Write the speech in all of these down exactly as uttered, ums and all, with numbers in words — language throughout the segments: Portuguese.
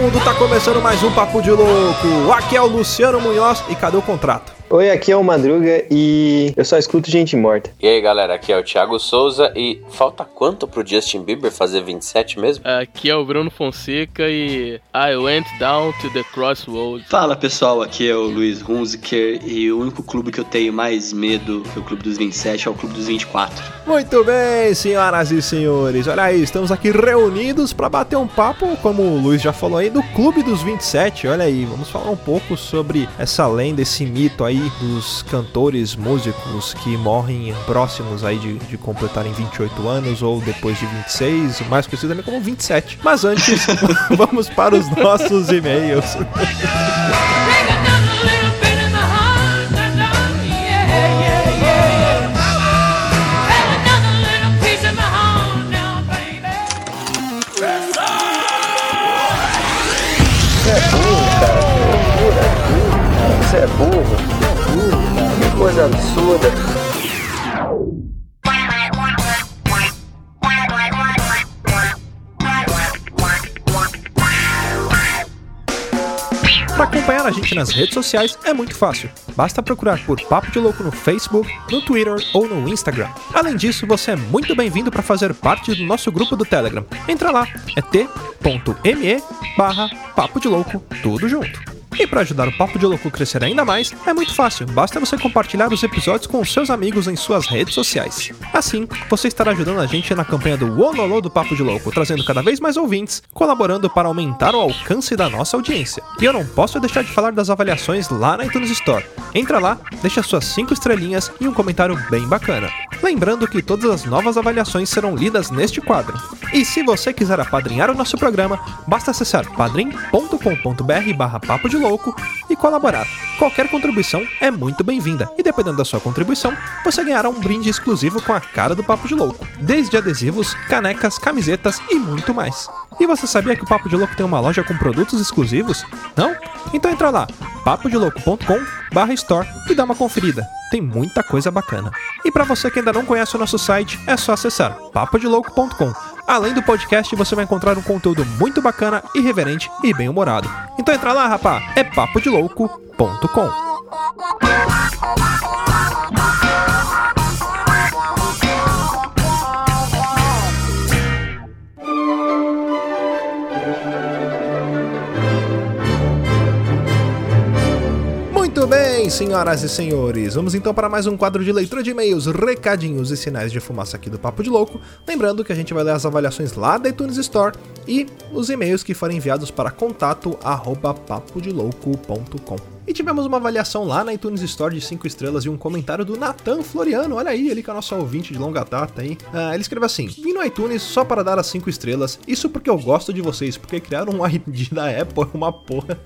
mundo, tá começando mais um Papo de Louco. Aqui é o Luciano Munhoz e cadê o contrato? Oi, aqui é o Madruga e eu só escuto gente morta. E aí galera, aqui é o Thiago Souza e falta quanto pro Justin Bieber fazer vinte e sete mesmo? Aqui é o Bruno Fonseca e I went down to the crossroads. Fala pessoal, aqui é o Luiz Hunziker e o único clube que eu tenho mais medo que o clube dos vinte e sete é o clube dos vinte e quatro. Muito bem, senhoras e senhores, olha aí, estamos aqui reunidos para bater um papo, como o Luiz já falou aí, do clube dos vinte e sete, olha aí, vamos falar um pouco sobre essa lenda, esse mito aí dos cantores, músicos que morrem próximos aí de, de completarem vinte e oito anos ou depois de vinte e seis, mais conhecido também como vinte e sete. Mas antes, vamos para os nossos e-mails. Você é burro, você é burro, cara. Que coisa absurda. Para acompanhar a gente nas redes sociais é muito fácil. Basta procurar por Papo de Louco no Facebook, no Twitter ou no Instagram. Além disso, você é muito bem-vindo para fazer parte do nosso grupo do Telegram. Entra lá, é t.me barra Papo de Louco, tudo junto. E para ajudar o Papo de Louco a crescer ainda mais, é muito fácil, basta você compartilhar os episódios com os seus amigos em suas redes sociais. Assim, você estará ajudando a gente na campanha do Ololô do Papo de Louco, trazendo cada vez mais ouvintes, colaborando para aumentar o alcance da nossa audiência. E eu não posso deixar de falar das avaliações lá na iTunes Store. Entra lá, deixa suas cinco estrelinhas e um comentário bem bacana. Lembrando que todas as novas avaliações serão lidas neste quadro. E se você quiser apadrinhar o nosso programa, basta acessar padrim ponto com ponto br barra Papo de Louco e colaborar. Qualquer contribuição é muito bem-vinda e dependendo da sua contribuição, você ganhará um brinde exclusivo com a cara do Papo de Louco, desde adesivos, canecas, camisetas e muito mais. E você sabia que o Papo de Louco tem uma loja com produtos exclusivos? Não? Então entra lá, papo de louco ponto com barra store e dá uma conferida. Tem muita coisa bacana. E para você que ainda não conhece o nosso site, é só acessar papo de louco ponto com. Além do podcast, você vai encontrar um conteúdo muito bacana, irreverente e bem-humorado. Então entra lá, rapá, é papo de louco ponto com. Muito bem, senhoras e senhores, vamos então para mais um quadro de leitura de e-mails, recadinhos e sinais de fumaça aqui do Papo de Louco. Lembrando que a gente vai ler as avaliações lá da iTunes Store e os e-mails que forem enviados para contato arroba papo de louco ponto com. E tivemos uma avaliação lá na iTunes Store de cinco estrelas e um comentário do Nathan Floriano, olha aí, ele que é nosso ouvinte de longa data aí. Ah, ele escreveu assim: vim no iTunes só para dar as cinco estrelas, isso porque eu gosto de vocês, porque criaram um I D da Apple é uma porra.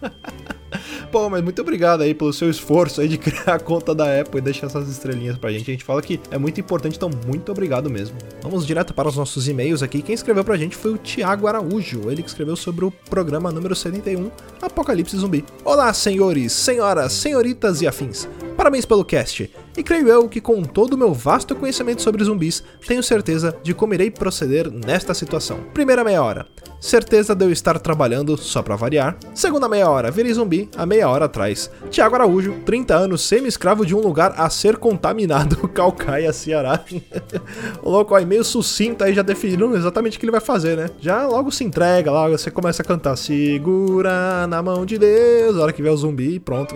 Pô, mas muito obrigado aí pelo seu esforço aí de criar a conta da Apple e deixar essas estrelinhas pra gente. A gente fala que é muito importante, então muito obrigado mesmo. Vamos direto para os nossos e-mails aqui. Quem escreveu pra gente foi o Thiago Araújo. Ele que escreveu sobre o programa número setenta e um, Apocalipse Zumbi. Olá, senhores, senhoras, senhoritas e afins. Parabéns pelo cast. E creio eu que com todo o meu vasto conhecimento sobre zumbis, tenho certeza de como irei proceder nesta situação. Primeira meia hora. Certeza de eu estar trabalhando só pra variar. Segunda meia hora, virei zumbi há meia hora atrás. Thiago Araújo, trinta anos, semi-escravo de um lugar a ser contaminado, Calcaia, Ceará. O louco aí, meio sucinto aí, já definindo exatamente o que ele vai fazer, né? Já logo se entrega, logo você começa a cantar segura na mão de Deus, a hora que vê o zumbi e pronto.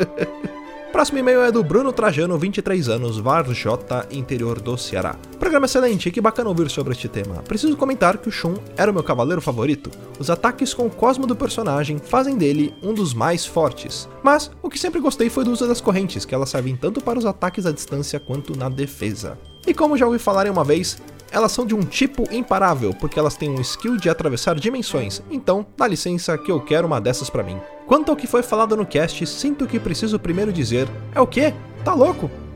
Próximo e-mail é do Bruno Trajano, vinte e três anos, Varjota, interior do Ceará. Programa excelente, que bacana ouvir sobre este tema. Preciso comentar que o Shun era o meu cavaleiro favorito. Os ataques com o cosmo do personagem fazem dele um dos mais fortes. Mas o que sempre gostei foi do uso das correntes, que elas servem tanto para os ataques à distância quanto na defesa. E como já ouvi falar em uma vez, elas são de um tipo imparável, porque elas têm um skill de atravessar dimensões, então dá licença que eu quero uma dessas pra mim. Quanto ao que foi falado no cast, sinto que preciso primeiro dizer, é o quê? Tá louco?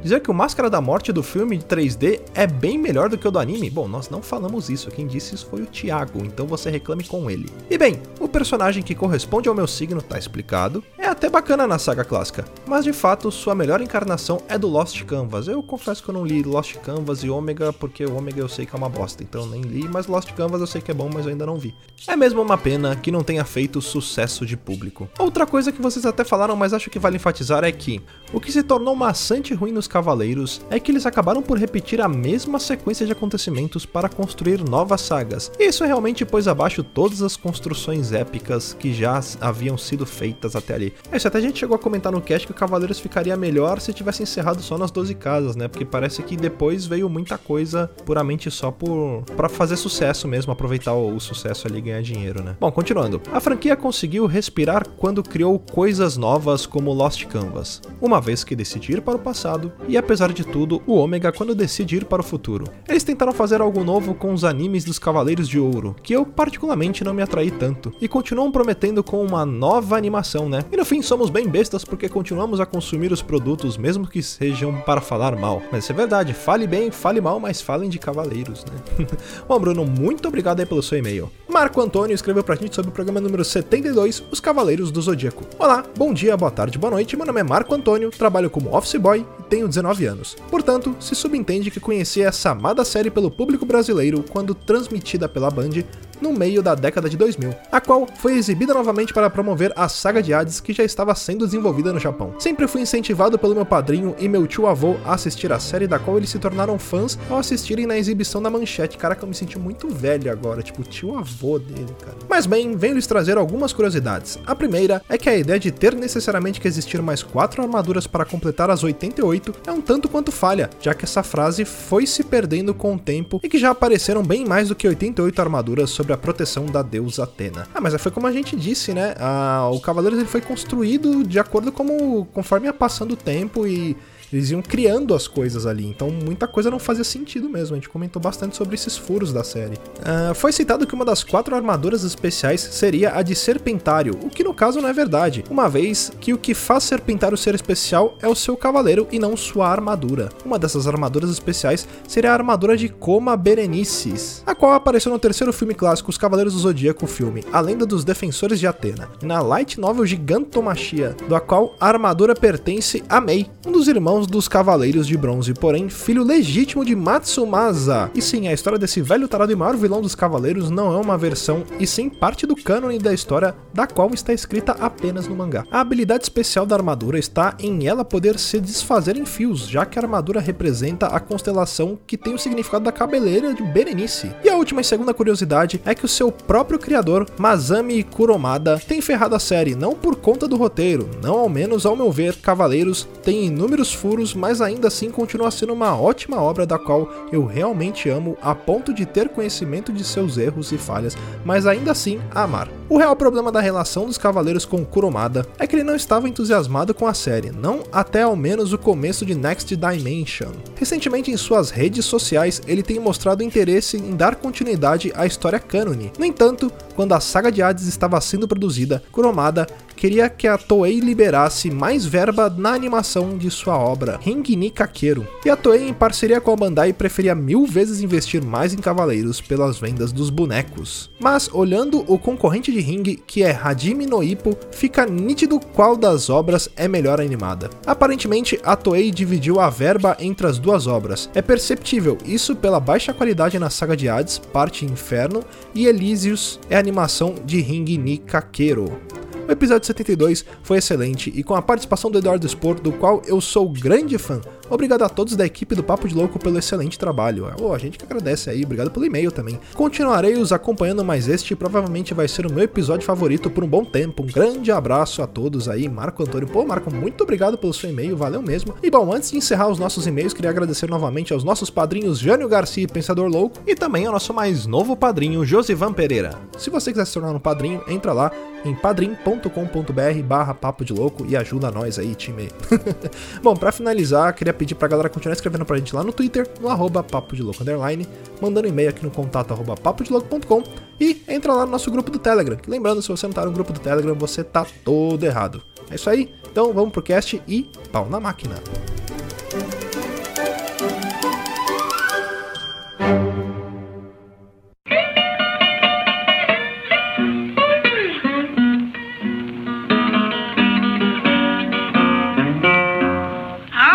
Dizer que o Máscara da Morte do filme de três D é bem melhor do que o do anime? Bom, nós não falamos isso, quem disse isso foi o Thiago, então você reclame com ele. E bem, o personagem que corresponde ao meu signo tá explicado, é até bacana na saga clássica, mas de fato sua melhor encarnação é do Lost Canvas. Eu confesso que eu não li Lost Canvas e Ômega, porque o Ômega eu sei que é uma bosta, então eu nem li, mas Lost Canvas eu sei que é bom, mas eu ainda não vi. É mesmo uma pena que não tenha feito sucesso de público. Outra coisa que vocês até falaram, mas acho que vale enfatizar é que o que se tornou maçante e ruim nos Cavaleiros é que eles acabaram por repetir a mesma sequência de acontecimentos para construir novas sagas. E isso realmente pôs abaixo todas as construções épicas que já haviam sido feitas até ali. Isso até a gente chegou a comentar no cast que o Cavaleiros ficaria melhor se tivesse encerrado só nas doze casas, né? Porque parece que depois veio muita coisa puramente só por para fazer sucesso mesmo, aproveitar o, o sucesso ali e ganhar dinheiro, né? Bom, continuando. A franquia conseguiu respirar quando criou coisas novas como Lost Canvas, uma vez que decide ir para o passado, e apesar de tudo, o Ômega quando decide ir para o futuro. Eles tentaram fazer algo novo com os animes dos Cavaleiros de Ouro, que eu particularmente não me atraí tanto, e continuam prometendo com uma nova animação, né? E no fim somos bem bestas porque continuamos a consumir os produtos, mesmo que sejam para falar mal. Mas isso é verdade, fale bem, fale mal, mas falem de Cavaleiros, né? Bom, Bruno, muito obrigado aí pelo seu e-mail. Marco Antônio escreveu pra gente sobre o programa número setenta e dois, Os Cavaleiros do Zodíaco. Olá, bom dia, boa tarde, boa noite, meu nome é Marco Antônio, trabalho como office boy e tenho dezenove anos. Portanto, se subentende que conheci essa amada série pelo público brasileiro quando transmitida pela Band no meio da década de dois mil, a qual foi exibida novamente para promover a saga de Hades que já estava sendo desenvolvida no Japão. Sempre fui incentivado pelo meu padrinho e meu tio-avô a assistir a série, da qual eles se tornaram fãs ao assistirem na exibição da Manchete. Caraca, eu me senti muito velho agora, tipo tio-avô dele, cara. Mas bem, venho lhes trazer algumas curiosidades. A primeira é que a ideia de ter necessariamente que existir mais quatro armaduras para completar as oitenta e oito é um tanto quanto falha, já que essa frase foi se perdendo com o tempo e que já apareceram bem mais do que oitenta e oito armaduras sobre a proteção da deusa Atena. Ah, mas foi como a gente disse, né? Ah, o Cavaleiros ele foi construído de acordo como conforme ia passando o tempo e eles iam criando as coisas ali, então muita coisa não fazia sentido mesmo. A gente comentou bastante sobre esses furos da série. Uh, foi citado que uma das quatro armaduras especiais seria a de Serpentário, o que no caso não é verdade, uma vez que o que faz Serpentário ser especial é o seu cavaleiro e não sua armadura. Uma dessas armaduras especiais seria a armadura de Coma Berenices, a qual apareceu no terceiro filme clássico Os Cavaleiros do Zodíaco, filme A Lenda dos Defensores de Atena, e na light novel Gigantomachia, do qual a armadura pertence a Mei, um dos irmãos dos Cavaleiros de Bronze, porém filho legítimo de Matsumasa. E sim, a história desse velho tarado e maior vilão dos Cavaleiros não é uma versão, e sim parte do cânone da história, da qual está escrita apenas no mangá. A habilidade especial da armadura está em ela poder se desfazer em fios, já que a armadura representa a constelação que tem o significado da cabeleira de Berenice. E a última e segunda curiosidade é que o seu próprio criador, Masami Kuromada, tem ferrado a série, não por conta do roteiro, não ao menos ao meu ver. Cavaleiros tem inúmeros furos, mas ainda assim continua sendo uma ótima obra da qual eu realmente amo a ponto de ter conhecimento de seus erros e falhas, mas ainda assim amar. O real problema da relação dos Cavaleiros com Kuromada é que ele não estava entusiasmado com a série, não até ao menos o começo de Next Dimension. Recentemente em suas redes sociais ele tem mostrado interesse em dar continuidade à história cânone. No entanto, quando a saga de Hades estava sendo produzida, Kuromada queria que a Toei liberasse mais verba na animação de sua obra, Ring Kakeru. E a Toei, em parceria com a Bandai, preferia mil vezes investir mais em Cavaleiros pelas vendas dos bonecos. Mas, olhando o concorrente de Ring, que é Hajime no Ippo, fica nítido qual das obras é melhor animada. Aparentemente, a Toei dividiu a verba entre as duas obras. É perceptível isso pela baixa qualidade na saga de Hades, parte Inferno, e Elysius é a animação de Ring Kakeru. O episódio setenta e dois foi excelente e com a participação do Eduardo Spor, do qual eu sou grande fã. Obrigado a todos da equipe do Papo de Louco pelo excelente trabalho. Oh, a gente que agradece aí, obrigado pelo e-mail também. Continuarei os acompanhando, mas este provavelmente vai ser o meu episódio favorito por um bom tempo. Um grande abraço a todos aí, Marco Antônio. Pô, Marco, muito obrigado pelo seu e-mail, valeu mesmo. E bom, antes de encerrar os nossos e-mails, queria agradecer novamente aos nossos padrinhos Jânio Garcia e Pensador Louco, e também ao nosso mais novo padrinho, Josivan Pereira. Se você quiser se tornar um padrinho, entra lá em padrim.com.br barra Papo de Louco e ajuda nós aí, time. Bom, pra finalizar, queria pedir pra galera continuar escrevendo pra gente lá no Twitter, no arroba Papo de Louco underline, mandando e-mail aqui no contato arroba papo de louco ponto com e entra lá no nosso grupo do Telegram, que lembrando, se você não tá no grupo do Telegram, você tá todo errado. É isso aí, então vamos pro cast e pau na máquina.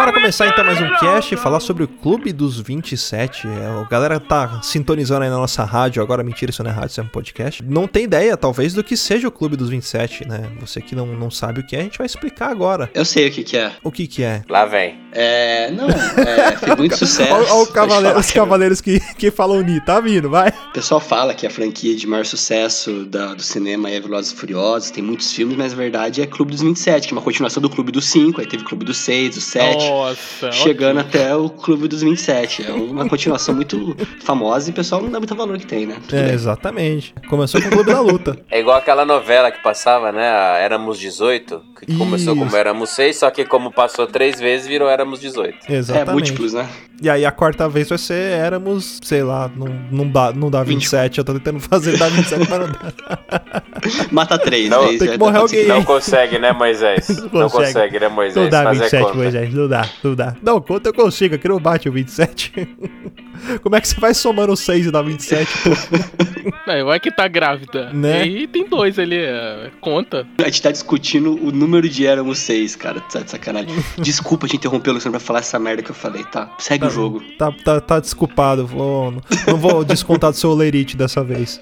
Bora começar então mais um cast, falar sobre o Clube dos vinte e sete. É, a galera tá sintonizando aí na nossa rádio, agora mentira, isso não é rádio, isso é um podcast. Não tem ideia, talvez, do que seja o Clube dos vinte e sete, né? Você que não, não sabe o que é, a gente vai explicar agora. Eu sei o que que é. O que que é? Lá vem. É, não, é, fez muito sucesso. Olha o cavaleiro, os cavaleiros que, que falam Ni, tá vindo, vai. O pessoal fala que a franquia de maior sucesso da, do cinema é Velozes e Furiosos, tem muitos filmes, mas na verdade é Clube dos vinte e sete, que é uma continuação do Clube dos cinco, aí teve Clube dos seis, do sete, Nossa, chegando ótimo. até o Clube dos vinte e sete. É uma continuação muito famosa e o pessoal não dá muito valor que tem, né? Tudo É, bem. exatamente. Começou com o Clube da Luta. É igual aquela novela que passava, né? a Éramos dezoito, que começou Isso. como Éramos seis, só que como passou três vezes, virou Éramos dezoito. Exatamente. É, múltiplos, né? E aí a quarta vez vai ser Éramos, sei lá, não, não, dá, não dá vinte e sete, eu tô tentando fazer dar vinte e sete, mas não dá. Mata três, Não, aí tem já que morrer pode ser alguém. Não consegue, né, Moisés? Não consegue. consegue, né, Moisés? Não dá Fazer vinte e sete, conta. Moisés, não dá, não dá. Não, conta eu consigo, aqui não bate o vinte e sete. Como é que você vai somando seis e dá vinte e sete? Não, vai que tá grávida. Né? E tem dois ali, é, conta. A gente tá discutindo o número de Éramos seis, cara. Tá de sacanagem. Desculpa te interromper, Luciano, pra falar essa merda que eu falei, tá? Segue o jogo. Tá, tá, tá desculpado, vou, não vou descontar do seu lerite dessa vez.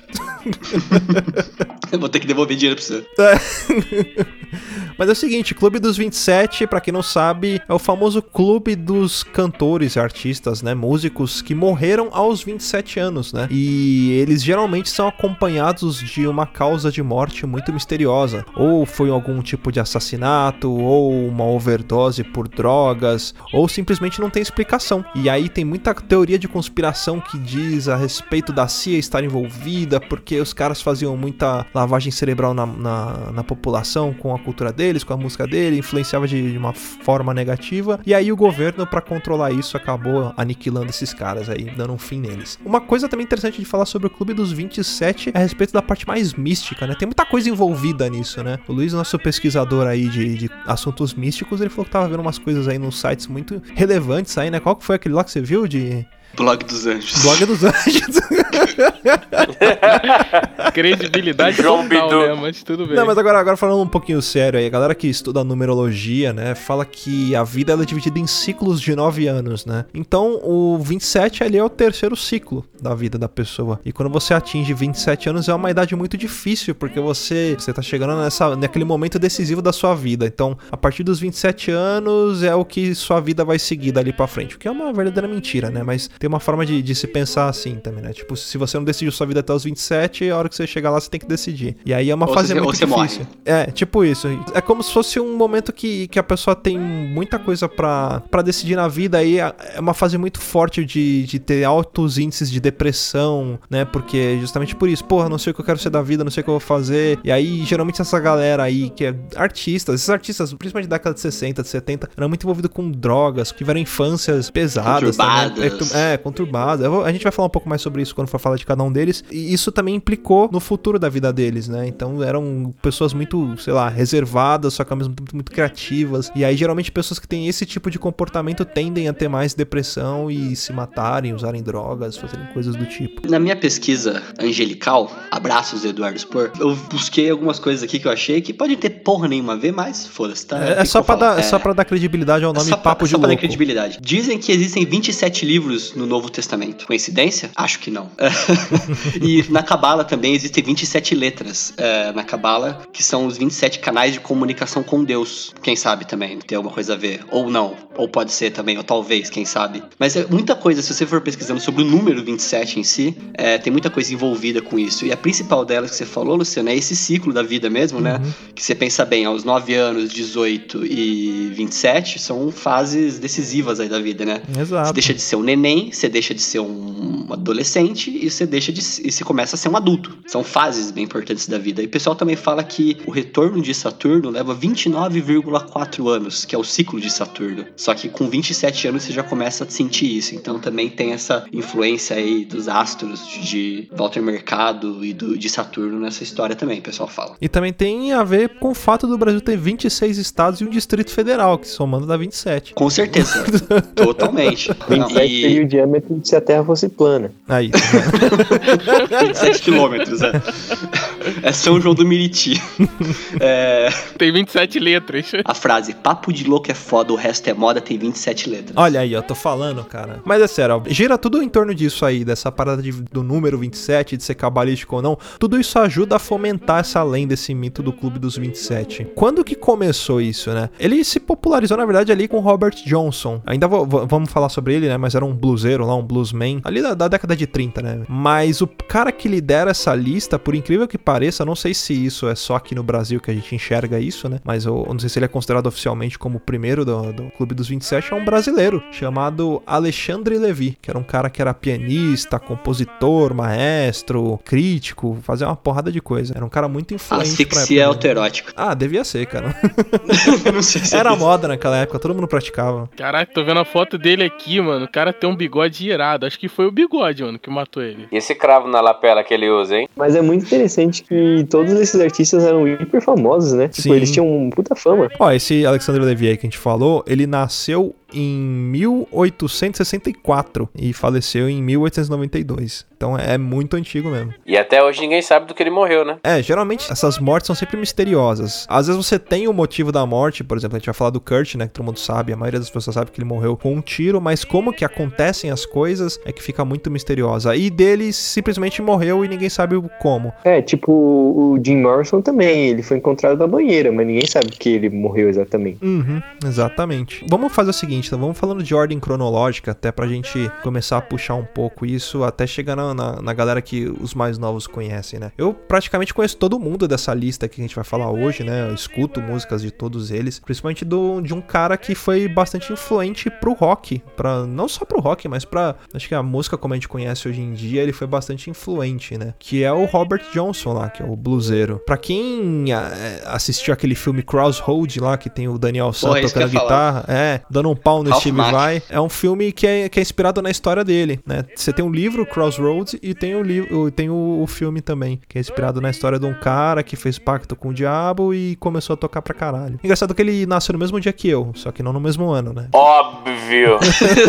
Eu vou ter que devolver dinheiro pra você. Mas é o seguinte, Clube dos vinte e sete, pra quem não sabe, é o famoso clube dos cantores e artistas, né, músicos que morreram aos vinte e sete anos, né? E eles geralmente são acompanhados de uma causa de morte muito misteriosa. Ou foi algum tipo de assassinato, ou uma overdose por drogas, ou simplesmente não tem explicação. E aí tem muita teoria de conspiração que diz a respeito da C I A estar envolvida, porque os caras faziam muita lavagem cerebral na, na, na população com a cultura deles, com a música dele, influenciava de, de uma forma negativa. E aí o governo, pra controlar isso, acabou aniquilando esses caras aí, dando um fim neles. Uma coisa também interessante de falar sobre o Clube dos vinte e sete é a respeito da parte mais mística, né? Tem muita coisa envolvida nisso, né? O Luiz, nosso pesquisador aí de, de assuntos místicos, ele falou que tava vendo umas coisas aí nos sites muito relevantes aí, né? Qual que foi aquele lá que você viu de... Blog dos Anjos. Blog dos Anjos. Credibilidade João total, Bidu. né? Mas tudo bem. Não, mas agora, agora falando um pouquinho sério aí, a galera que estuda numerologia, né, fala que a vida ela é dividida em ciclos de nove anos, né? Então, o vinte e sete ali é o terceiro ciclo da vida da pessoa. E quando você atinge vinte e sete anos é uma idade muito difícil, porque você, você tá chegando nessa, naquele momento decisivo da sua vida. Então, a partir dos vinte e sete anos é o que sua vida vai seguir dali pra frente, o que é uma verdadeira mentira, né? Mas tem uma forma de, de se pensar assim também, né? Tipo, se você não decidiu sua vida até os vinte e sete, a hora que você chegar lá, você tem que decidir. E aí é uma Ou fase você- muito ou você difícil. morre. É, tipo isso. É como se fosse um momento que, que a pessoa tem muita coisa pra, pra decidir na vida, aí é é uma fase muito forte de, de ter altos índices de depressão, né? Porque justamente por isso, porra, não sei o que eu quero ser da vida, não sei o que eu vou fazer. E aí, geralmente essa galera aí, que é artistas, esses artistas, principalmente da década de sessenta, de setenta, eram muito envolvidos com drogas, tiveram infâncias pesadas. Conturbadas. Também. É, conturbada. Eu vou- A gente vai falar um pouco mais sobre isso quando for falar de cada um deles. E isso também implicou no futuro da vida deles, né? Então eram pessoas muito, sei lá, reservadas, só que ao mesmo tempo muito criativas. E aí, geralmente, pessoas que têm esse tipo de comportamento tendem a ter mais depressão e se matarem, usarem drogas, fazerem coisas do tipo. Na minha pesquisa angelical, abraços Eduardo Spor, eu busquei algumas coisas aqui que eu achei que podem ter porra nenhuma a ver, mas foda-se, tá? É, Tem é só que pra falar. dar, é só pra dar credibilidade ao É nome só pra- Papo de só pra dar Louco. credibilidade. Dizem que existem vinte e sete livros no Novo Testamento. Coincidência? Acho que não. E na Cabala também existem vinte e sete letras é, na Cabala, que são os vinte e sete canais de comunicação com Deus. Quem sabe também tem alguma coisa a ver. Ou não. Ou pode ser também, ou talvez, quem sabe. Mas é muita coisa, se você for pesquisando sobre o número vinte e sete em si, é, tem muita coisa envolvida com isso. E a principal delas que você falou, Luciano, é esse ciclo da vida mesmo, né? Que você pensa bem, aos nove anos, dezoito e vinte e sete, são fases decisivas aí da vida, né? Exato. Você deixa de ser um neném, você deixa de ser um adolescente e você deixa de e você começa a ser um adulto. São fases bem importantes da vida. E o pessoal também fala que o retorno de Saturno leva vinte e nove vírgula quatro anos, que é o ciclo de Saturno. Só que com vinte e sete anos você já começa a sentir isso. Então também tem essa influência aí dos astros de Walter Mercado e do, de Saturno nessa história também, o pessoal fala. E também tem a ver com o fato do Brasil ter vinte e seis estados e um Distrito Federal, que somando dá vinte e sete. Com certeza. Totalmente. vinte e sete E- seria o diâmetro se a Terra fosse plana. Aí. vinte e sete quilômetros, é. É São João do Meriti. É... Tem vinte e sete letras. A frase, papo de louco é foda, o resto é moda, tem vinte e sete letras. Olha aí, eu tô falando, cara. Mas é sério, ó, gira tudo em torno disso aí, dessa parada de, do número vinte e sete, de ser cabalístico ou não. Tudo isso ajuda a fomentar essa lenda, esse mito do Clube dos vinte e sete. Quando que começou isso, né? Ele se popularizou, na verdade, ali com Robert Johnson. Ainda vou, vou, vamos falar sobre ele, né? Mas era um bluseiro lá, um bluesman, ali da, da década de trinta, né? Mas o cara que lidera essa lista, por incrível que pareça, não sei se isso é só aqui no Brasil que a gente enxerga isso, né? Mas eu, eu não sei se ele é considerado oficialmente como o primeiro do, do Clube dos vinte e sete, é um brasileiro chamado Alexandre Levy, que era um cara que era pianista, compositor, maestro, crítico, fazia uma porrada de coisa. Era um cara muito influente. Asfixia autoerótica. Ah, devia ser, cara. Não sei se Era é moda naquela época, todo mundo praticava. Caraca, tô vendo a foto dele aqui, mano. O cara tem um bigode irado. Acho que foi o bigode, mano, que matou ele. E esse cravo na lapela que ele usa, hein? Mas é muito interessante que todos esses artistas eram hiper famosos, né? Tipo, Sim. eles tinham um puta fama. Ó, esse Alexandre Levy aí que a gente falou, ele nasceu em mil oitocentos e sessenta e quatro e faleceu em mil oitocentos e noventa e dois. Então é muito antigo mesmo. E até hoje ninguém sabe do que ele morreu, né? É, geralmente essas mortes são sempre misteriosas. Às vezes você tem o motivo da morte, por exemplo, a gente vai falar do Kurt, né, que todo mundo sabe, a maioria das pessoas sabe que ele morreu com um tiro, mas como que acontecem as coisas é que fica muito misteriosa. E dele simplesmente morreu e ninguém sabe o como. É, tipo o Jim Morrison também, ele foi encontrado na banheira, mas ninguém sabe que ele morreu exatamente. Uhum, exatamente. Vamos fazer o seguinte, então vamos falando de ordem cronológica, até pra gente começar a puxar um pouco isso, até chegar na, na, na galera que os mais novos conhecem, né? Eu praticamente conheço todo mundo dessa lista que a gente vai falar hoje, né? Eu escuto músicas de todos eles, principalmente do, de um cara que foi bastante influente pro rock, pra, não só pro rock, mas pra, acho que a música como a gente conhece hoje em dia, ele foi bastante influente, né? Que é o Robert Johnson lá, que é o bluseiro. Pra quem a, assistiu aquele filme Crossroad lá, que tem o Daniel San tocando guitarra, é, dando um pau no Steve Vai, é um filme que é, que é inspirado na história dele, né? Você tem um livro, Crossroads, e tem o livro, tem o, o filme também, que é inspirado na história de um cara que fez pacto com o diabo e começou a tocar pra caralho. Engraçado que ele nasceu no mesmo dia que eu, só que não no mesmo ano, né? Óbvio!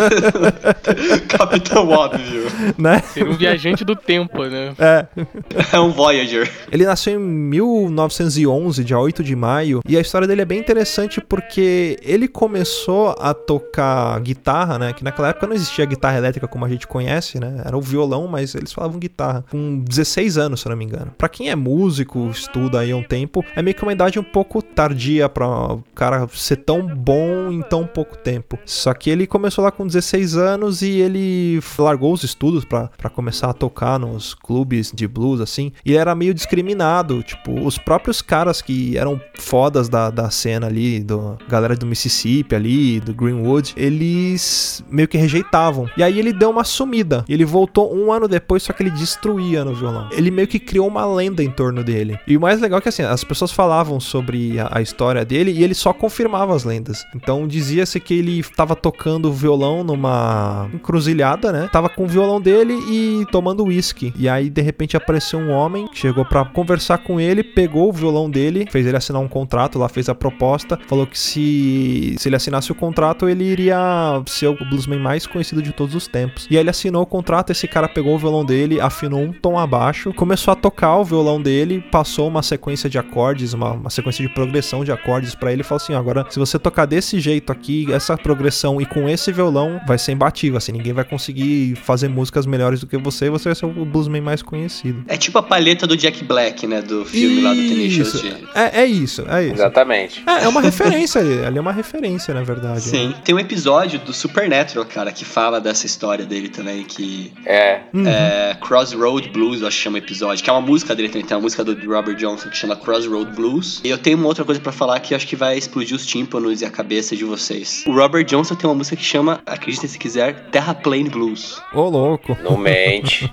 Capitão Óbvio. Né? Ser um viajante do tempo, né? É. É um Voyager. Ele nasceu em mil novecentos e onze, dia oito de maio, e a história dele é bem interessante porque ele começou a tocar guitarra, né? Que naquela época não existia guitarra elétrica como a gente conhece, né? Era o violão, mas eles falavam guitarra. Com dezesseis anos, se eu não me engano. Pra quem é músico, estuda aí há um tempo, é meio que uma idade um pouco tardia pra o cara ser tão bom em tão pouco tempo. Só que ele começou lá com dezesseis anos e ele largou os estudos pra, pra começar a tocar nos clubes de blues, assim. E era meio discriminado. Tipo, os próprios caras que eram fodas da, da cena ali, do galera do Mississippi ali, do Greenwood, eles meio que rejeitavam. E aí ele deu uma sumida. Ele voltou um ano depois, só que ele destruía no violão. Ele meio que criou uma lenda em torno dele. E o mais legal é que assim, as pessoas falavam sobre a, a história dele e ele só confirmava as lendas. Então dizia-se que ele tava tocando violão numa encruzilhada, né? Tava com o violão dele e tomando uísque. E aí de repente apareceu um homem que chegou pra conversar com ele, pegou o violão dele, fez ele assinar um contrato lá, fez a proposta, falou que se, se ele assinasse o contrato, ele iria ser o bluesman mais conhecido de todos os tempos. E aí ele assinou o contrato, esse cara pegou o violão dele, afinou um tom abaixo, começou a tocar o violão dele, passou uma sequência de acordes, uma, uma sequência de progressão de acordes pra ele e falou assim, agora, se você tocar desse jeito aqui, essa progressão e com esse violão, vai ser imbatível, assim, ninguém vai conseguir fazer músicas melhores do que você e você vai ser o bluesman mais conhecido. É tipo a palheta do Jack Black, né, do filme isso. lá do Tenacious D. É, é isso, é isso. Exatamente. É, é uma referência ali, ali é uma referência, na verdade. Sim, né? tem um episódio do Supernatural, cara, que fala dessa história dele também, que É. Uhum. é Crossroad Blues, eu acho que chama o episódio, que é uma música dele também, tem uma música do Robert Johnson que chama Crossroad Blues. E eu tenho uma outra coisa pra falar que eu acho que vai explodir os tímpanos e a cabeça de vocês. O Robert Johnson tem uma música que chama, acreditem se quiser, Terraplane Blues. Ô, louco. Não mente.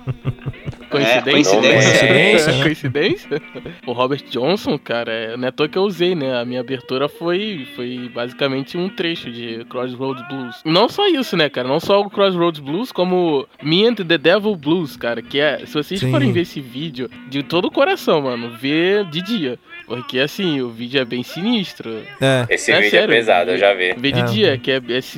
É, Coincidência? coincidência. É. Coincidência? O Robert Johnson, cara, é, não é à toa que eu usei, né? A minha abertura foi, foi basicamente um trecho de Crossroads Blues. Não só isso, né, cara? Não só o Crossroads Blues, como Me and the Devil Blues, cara. Que é, se vocês Sim. forem ver esse vídeo, de todo o coração, mano, vê de dia. Porque, assim, o vídeo é bem sinistro. É. Esse É vídeo sério, é pesado, eu já vi. Vê de É. dia, que é, é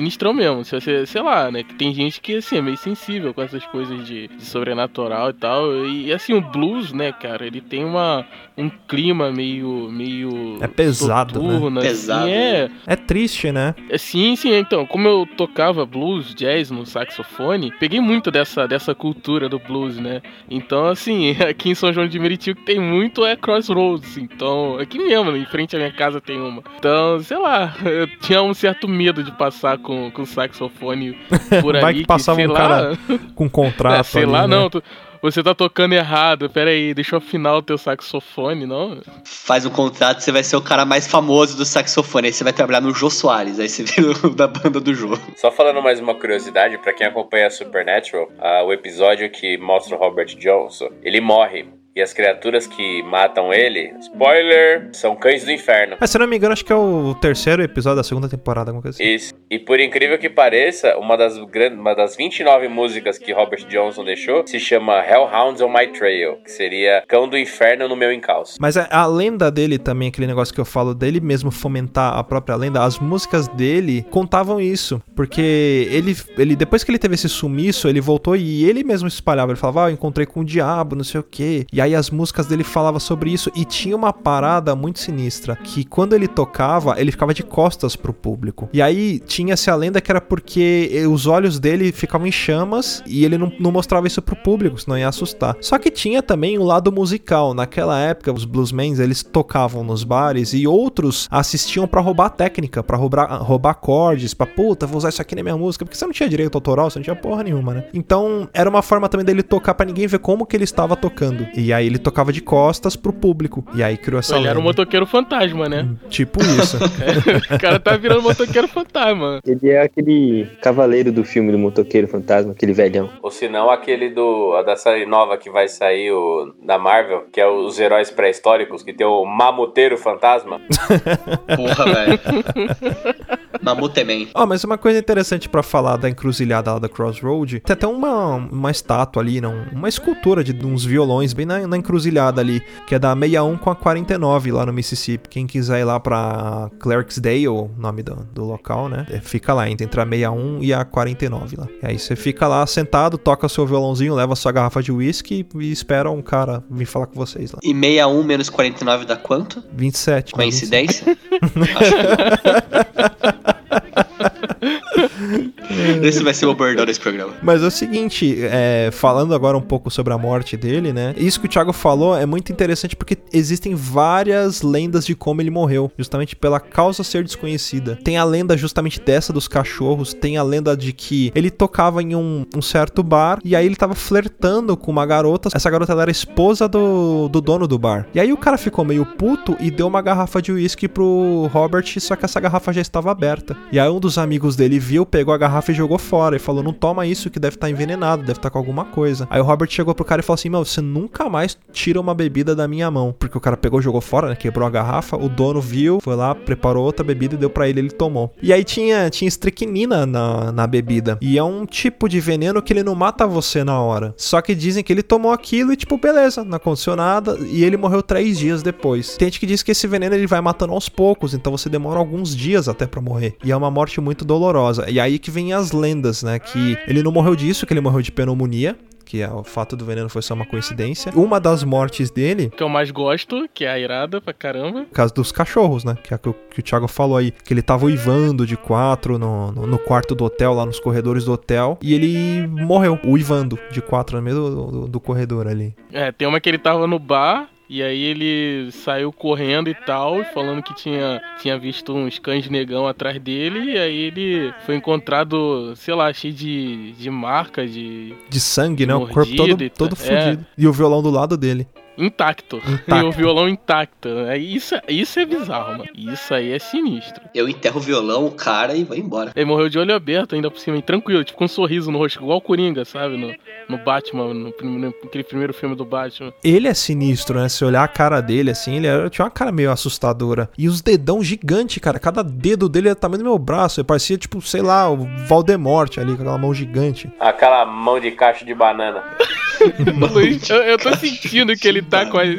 sinistrão mesmo. Se você, sei lá, né? Que tem gente que, assim, é meio sensível com essas coisas de, de sobrenatural e tal. E, assim, o blues, né, cara, ele tem uma, um clima meio, meio... É pesado, soturno, né? Assim, Pesado, é... né? É triste, né? É, sim, sim, então, como eu tocava blues, jazz no saxofone, peguei muito dessa, dessa cultura do blues, né? Então, assim, aqui em São João de Meriti o que tem muito é Crossroads, então, aqui mesmo, em frente à minha casa tem uma. Então, sei lá, eu tinha um certo medo de passar com, com saxofone por ali. Vai que passava que, sei um lá, cara com contrato é, sei ali, lá, né? não, tu, você tá tocando errado, pera aí, deixa eu afinar o teu saxofone, não? Faz um contrato, você vai ser o cara mais famoso do saxofone. Aí você vai trabalhar no Jô Soares, aí você vira o da banda do Jô. Só falando mais uma curiosidade, pra quem acompanha Supernatural, uh, o episódio que mostra o Robert Johnson, ele morre. E as criaturas que matam ele, spoiler, são cães do inferno. Mas, se eu não me engano, acho que é o terceiro episódio da segunda temporada, alguma coisa assim. Isso. E por incrível que pareça, uma das, gran... uma das vinte e nove músicas que Robert Johnson deixou se chama Hellhounds on My Trail, que seria Cão do Inferno no Meu Encalço. Mas a, a lenda dele também, aquele negócio que eu falo dele mesmo fomentar a própria lenda, as músicas dele contavam isso. Porque ele, ele depois que ele teve esse sumiço, ele voltou e ele mesmo espalhava. Ele falava, ah, eu encontrei com o diabo, não sei o quê. E aí as músicas dele falavam sobre isso. E tinha uma parada muito sinistra, que quando ele tocava, ele ficava de costas pro público. E aí tinha-se a lenda que era porque os olhos dele ficavam em chamas e ele não, não mostrava isso pro público, senão ia assustar. Só que tinha também o lado musical. Naquela época, os bluesmen, eles tocavam nos bares e outros assistiam pra roubar técnica, pra roubar, roubar acordes, pra puta, vou usar isso aqui na minha música, porque você não tinha direito autoral, você não tinha porra nenhuma, né? Então, era uma forma também dele tocar pra ninguém ver como que ele estava tocando. E aí ele tocava de costas pro público. E aí criou essa Ele lenda. era um motoqueiro fantasma, né? Tipo isso. É, o cara tá virando motoqueiro fantasma. Ele é aquele cavaleiro do filme do Motoqueiro Fantasma, aquele velhão. Ou se não, aquele do, a da série nova que vai sair o, da Marvel, que é os heróis pré-históricos, que tem o Mamuteiro Fantasma. Porra, velho. Mamuteman. Ó, oh, mas uma coisa interessante pra falar da encruzilhada lá da Crossroad, tem até uma, uma estátua ali, não, uma escultura de uns violões bem na, na encruzilhada ali, que é da sessenta e um com a quarenta e nove lá no Mississippi. Quem quiser ir lá pra Clarksdale, o nome do, do local, né? Fica lá, entre a sessenta e um e a quarenta e nove lá. E aí você fica lá sentado, toca seu violãozinho, leva sua garrafa de whisky e espera um cara vir falar com vocês lá. E sessenta e um menos quarenta e nove dá quanto? vinte e sete. Coincidência? Acho que... Esse vai ser o bordão desse programa. Mas é o seguinte, é, falando agora um pouco sobre a morte dele, né? Isso que o Thiago falou é muito interessante porque existem várias lendas de como ele morreu, justamente pela causa ser desconhecida. Tem a lenda justamente dessa dos cachorros, tem a lenda de que ele tocava em um, um certo bar e aí ele tava flertando com uma garota. Essa garota ela era esposa do, do dono do bar. E aí o cara ficou meio puto e deu uma garrafa de uísque pro Robert, só que essa garrafa já estava aberta. E aí um dos amigos dele viu, pegou a garrafa e jogou fora. E falou, não toma isso que deve estar envenenado, deve estar com alguma coisa. Aí o Robert chegou pro cara e falou assim, meu, você nunca mais tira uma bebida da minha mão. Porque o cara pegou, jogou fora, né, quebrou a garrafa, o dono viu, foi lá, preparou outra bebida e deu pra ele, ele tomou. E aí tinha, tinha estricnina na, na bebida. E é um tipo de veneno que ele não mata você na hora. Só que dizem que ele tomou aquilo e tipo, beleza, não aconteceu nada. E ele morreu três dias depois. Tem gente que diz que esse veneno ele vai matando aos poucos, então você demora alguns dias até pra morrer. E é uma morte muito dolorosa. E aí que vem as lendas, né, que ele não morreu disso, que ele morreu de pneumonia, que é, o fato do veneno foi só uma coincidência. Uma das mortes dele... Que eu mais gosto, que é a irada pra caramba. Por causa dos cachorros, né? Que é o que, que o Thiago falou aí. Que ele tava uivando de quatro no, no, no quarto do hotel, lá nos corredores do hotel. E ele morreu, uivando de quatro no meio do, do, do corredor ali. É, tem uma que ele tava no bar... E aí ele saiu correndo e tal, falando que tinha, tinha visto uns cães de negão atrás dele. E aí ele foi encontrado, sei lá, cheio de, de marca, de... De sangue, né? O corpo todo, todo fudido. É. E o violão do lado dele. Intacto. intacto. E o violão intacto. Isso, isso é bizarro, mano. Isso aí é sinistro. Eu enterro o violão, o cara, e vou embora. Ele morreu de olho aberto ainda por cima, tranquilo, tipo com um sorriso no rosto, igual o Coringa, sabe? No, no Batman, no, no, naquele primeiro filme do Batman. Ele é sinistro, né? Se olhar a cara dele, assim, ele era, tinha uma cara meio assustadora. E os dedão gigante, cara. Cada dedo dele é o tamanho do meu braço. Ele parecia, tipo, sei lá, o Voldemort ali, com aquela mão gigante. Aquela mão de caixa de banana. Luiz, eu, eu tô sentindo que ele tá com as...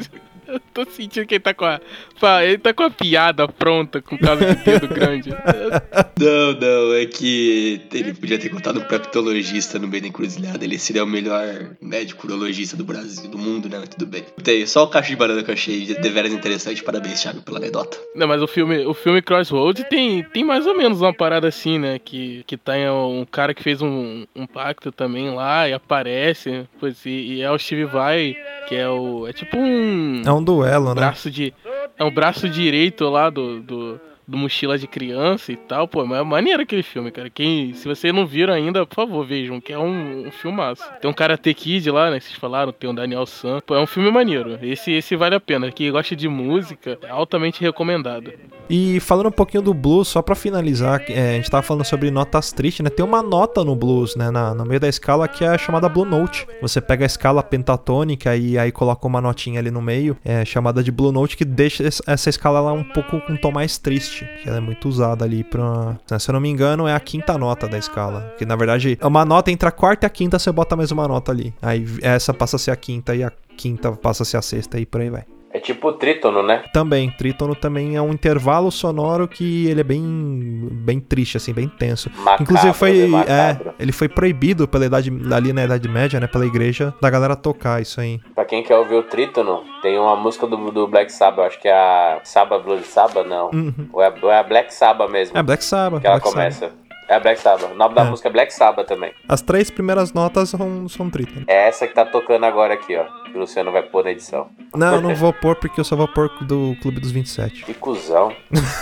Tô sentindo que ele tá com a. Ele tá com a piada pronta com caso de dedo grande. Não, não, é que ele podia ter contado um proctologista no meio da encruzilhada. Ele seria o melhor médico urologista do Brasil, do mundo, né? Mas tudo bem. Tem só o cacho de banana que eu achei deveras interessante. Parabéns, Thiago, pela anedota. Não, mas o filme, o filme Crossroads tem, tem mais ou menos uma parada assim, né? Que, que tá um cara que fez um, um pacto também lá e aparece. Pois, e, e é o Steve Vai, que é o. É tipo um. É um duelo, né? Braço de, é um braço direito lá do, do, do Mochila de Criança e tal. Pô, mas é maneiro aquele filme, cara. Quem, se vocês não viram ainda, por favor, vejam, que é um, um filmaço. Tem um Karate Kid lá, né? Que vocês falaram, tem o Daniel San. Pô, é um filme maneiro. Esse, esse vale a pena. Quem gosta de música, é altamente recomendado. E falando um pouquinho do blues, só pra finalizar, é, a gente tava falando sobre notas tristes, né? Tem uma nota no blues, né? Na, no meio da escala que é a chamada Blue Note. Você pega a escala pentatônica e aí coloca uma notinha ali no meio, é chamada de Blue Note, que deixa essa escala lá um pouco com um tom mais triste, que ela é muito usada ali pra... Se eu não me engano, é a quinta nota da escala. Que na verdade, é uma nota entre a quarta e a quinta, você bota mais uma nota ali. Aí essa passa a ser a quinta e a quinta passa a ser a sexta e por aí vai. É tipo o trítono, né? Também, trítono também é um intervalo sonoro que ele é bem bem triste, assim, bem tenso. Macabro, inclusive foi, é, ele foi proibido pela idade, ali na Idade Média, né, pela igreja, da galera tocar isso aí. Pra quem quer ouvir o trítono, tem uma música do, do Black Sabbath, acho que é a Sabbath Blood Sabbath, não. Uhum. Ou, é, ou é a Black Sabbath mesmo. É Black Sabbath. Que ela Black começa. Sabbath. É a Black Sabbath. O nome da É. música é Black Sabbath também. As três primeiras notas são, são trítono. É essa que tá tocando agora aqui, ó. Que o Luciano vai pôr na edição. Não, eu não vou pôr porque eu só vou pôr do Clube dos vinte e sete. Que cuzão.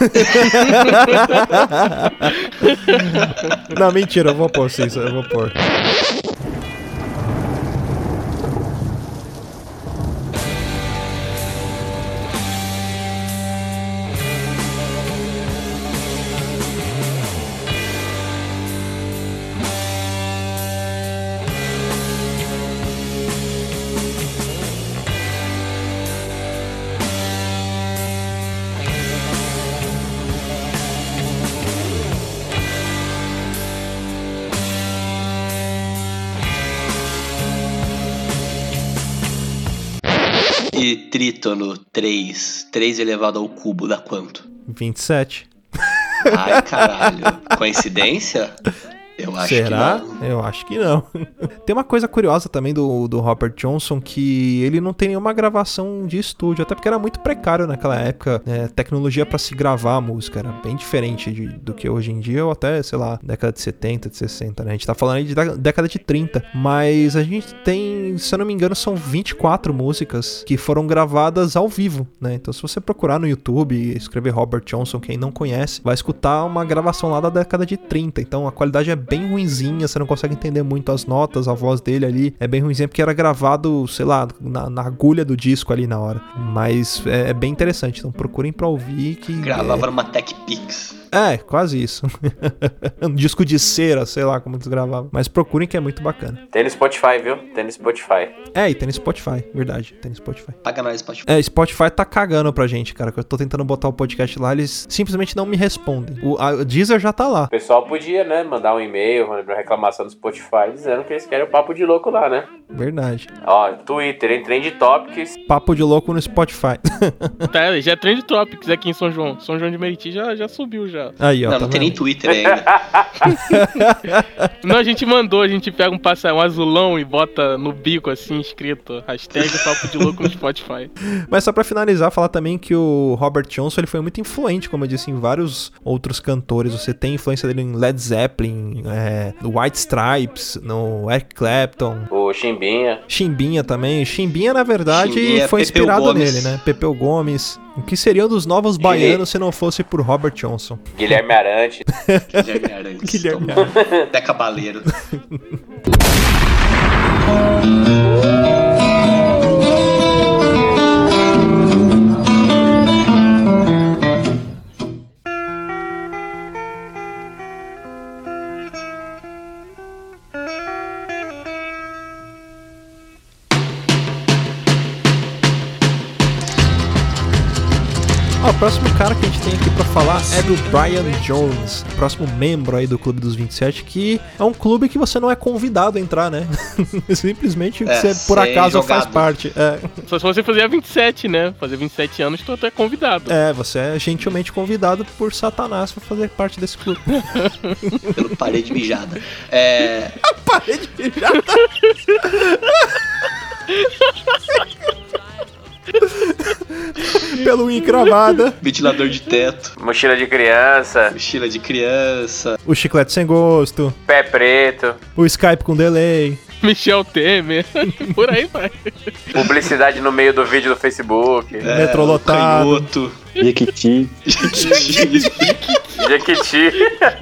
Não, mentira, eu vou pôr sim, eu vou pôr. E trítono três. três elevado ao cubo dá quanto? vinte e sete. Ai, caralho. Coincidência? Eu acho Será? que não. Eu acho que não. Tem uma coisa curiosa também do, do Robert Johnson, que ele não tem nenhuma gravação de estúdio, até porque era muito precário naquela época, né? Tecnologia pra se gravar a música era bem diferente de, do que hoje em dia, ou até, sei lá, década de setenta, de sessenta, né? A gente tá falando aí de década de trinta, mas a gente tem, se eu não me engano, são vinte e quatro músicas que foram gravadas ao vivo, né? Então se você procurar no YouTube e escrever Robert Johnson, quem não conhece, vai escutar uma gravação lá da década de trinta, então a qualidade é bem ruinzinha, você não consegue entender muito as notas, a voz dele ali é bem ruinzinha porque era gravado, sei lá, na, na agulha do disco ali na hora, mas é, é bem interessante, então procurem pra ouvir que... Gravava é... numa Tech Pix. É, quase isso. Um disco de cera, sei lá como eles gravavam. Mas procurem que é muito bacana. Tem no Spotify, viu? Tem no Spotify. É, e tem no Spotify, verdade. Tem no Spotify. Paga nós, Spotify. É, Spotify tá cagando pra gente, cara. Que eu tô tentando botar o podcast lá, eles simplesmente não me respondem. O a Deezer já tá lá. O pessoal podia, né, mandar um e-mail, uma reclamação no Spotify, dizendo que eles querem o Papo de Louco lá, né? Verdade. Ó, Twitter, em Trend Topics. Papo de Louco no Spotify. Tá, já é Trend Topics aqui em São João. São João de Meriti já, já subiu já. Aí, ó. Não, tá não tem vendo? nem Twitter ainda. Não, a gente mandou, a gente pega um, passa, um azulão e bota no bico assim, escrito hashtag Papo de Louco no Spotify. Mas só pra finalizar, falar também que o Robert Johnson ele foi muito influente, como eu disse, em vários outros cantores. Você tem influência dele em Led Zeppelin, é, no White Stripes, no Eric Clapton. O Chimbinha. Chimbinha também. Chimbinha, na verdade, Chimbinha, foi Pepeu inspirado Gomes. nele, né? Pepeu Gomes. O que seriam dos novos baianos se não fosse por Robert Johnson? Guilherme Arantes. Guilherme Arantes. Guilherme Toma. Deca Baleiro. Ó, o próximo cara que a gente tem aqui pra falar é do Brian Jones, próximo membro aí do Clube dos vinte e sete, que é um clube que você não é convidado a entrar, né? Simplesmente É, você por acaso jogado. faz parte. É. Só se você fizer vinte e sete, né? Fazer vinte e sete anos, tu até convidado. é, você é gentilmente convidado por Satanás pra fazer parte desse clube. Pelo parede mijada. É. Parede mijada. Pelo encravada. Ventilador de teto. Mochila de criança, Mochila de criança. O chiclete sem gosto. pé preto, O Skype com delay. Michel Temer. Por aí vai. publicidade no meio do vídeo do Facebook, É, Metrô o lotado. canhoto. Jequiti. Jequiti,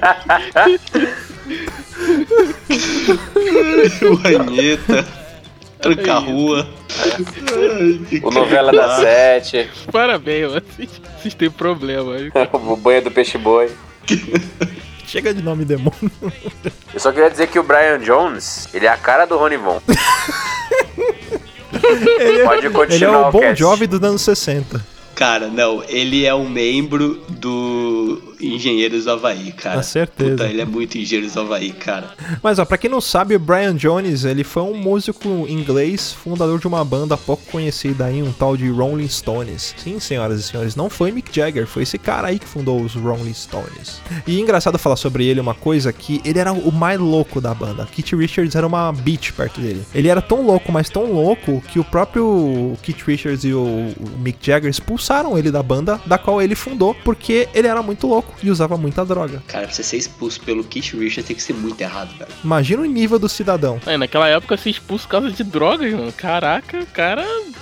O Ranheta. Tranca-rua. o novela da sete, Parabéns, mano. Vocês, vocês têm problema. o banho do peixe boi. Chega de nome demônio. Eu só queria dizer que o Brian Jones, ele é a cara do Rony Von. Ele, Pode continuar ele é o o Bon cast. Jovi dos anos sessenta. Cara, não, ele é um membro do Engenheiros do Havaí, cara. Com certeza. Puta, ele é muito Engenheiros do Havaí, cara. Mas ó, pra quem não sabe, o Brian Jones, ele foi um músico inglês, fundador de uma banda pouco conhecida aí, um tal de Rolling Stones. Sim, senhoras e senhores, não foi Mick Jagger, foi esse cara aí que fundou os Rolling Stones. E engraçado falar sobre ele uma coisa, que ele era o mais louco da banda. Keith Richards era uma bitch perto dele. Ele era tão louco, mas tão louco, que o próprio Keith Richards e o, o Mick Jagger expulsaram ele da banda, da qual ele fundou, porque ele era muito louco e usava muita droga. Cara, pra você ser expulso pelo Keith Richards tem que ser muito errado, velho. Imagina o nível do cidadão. Aí, naquela época, se expulso por causa de drogas, mano. Caraca, cara...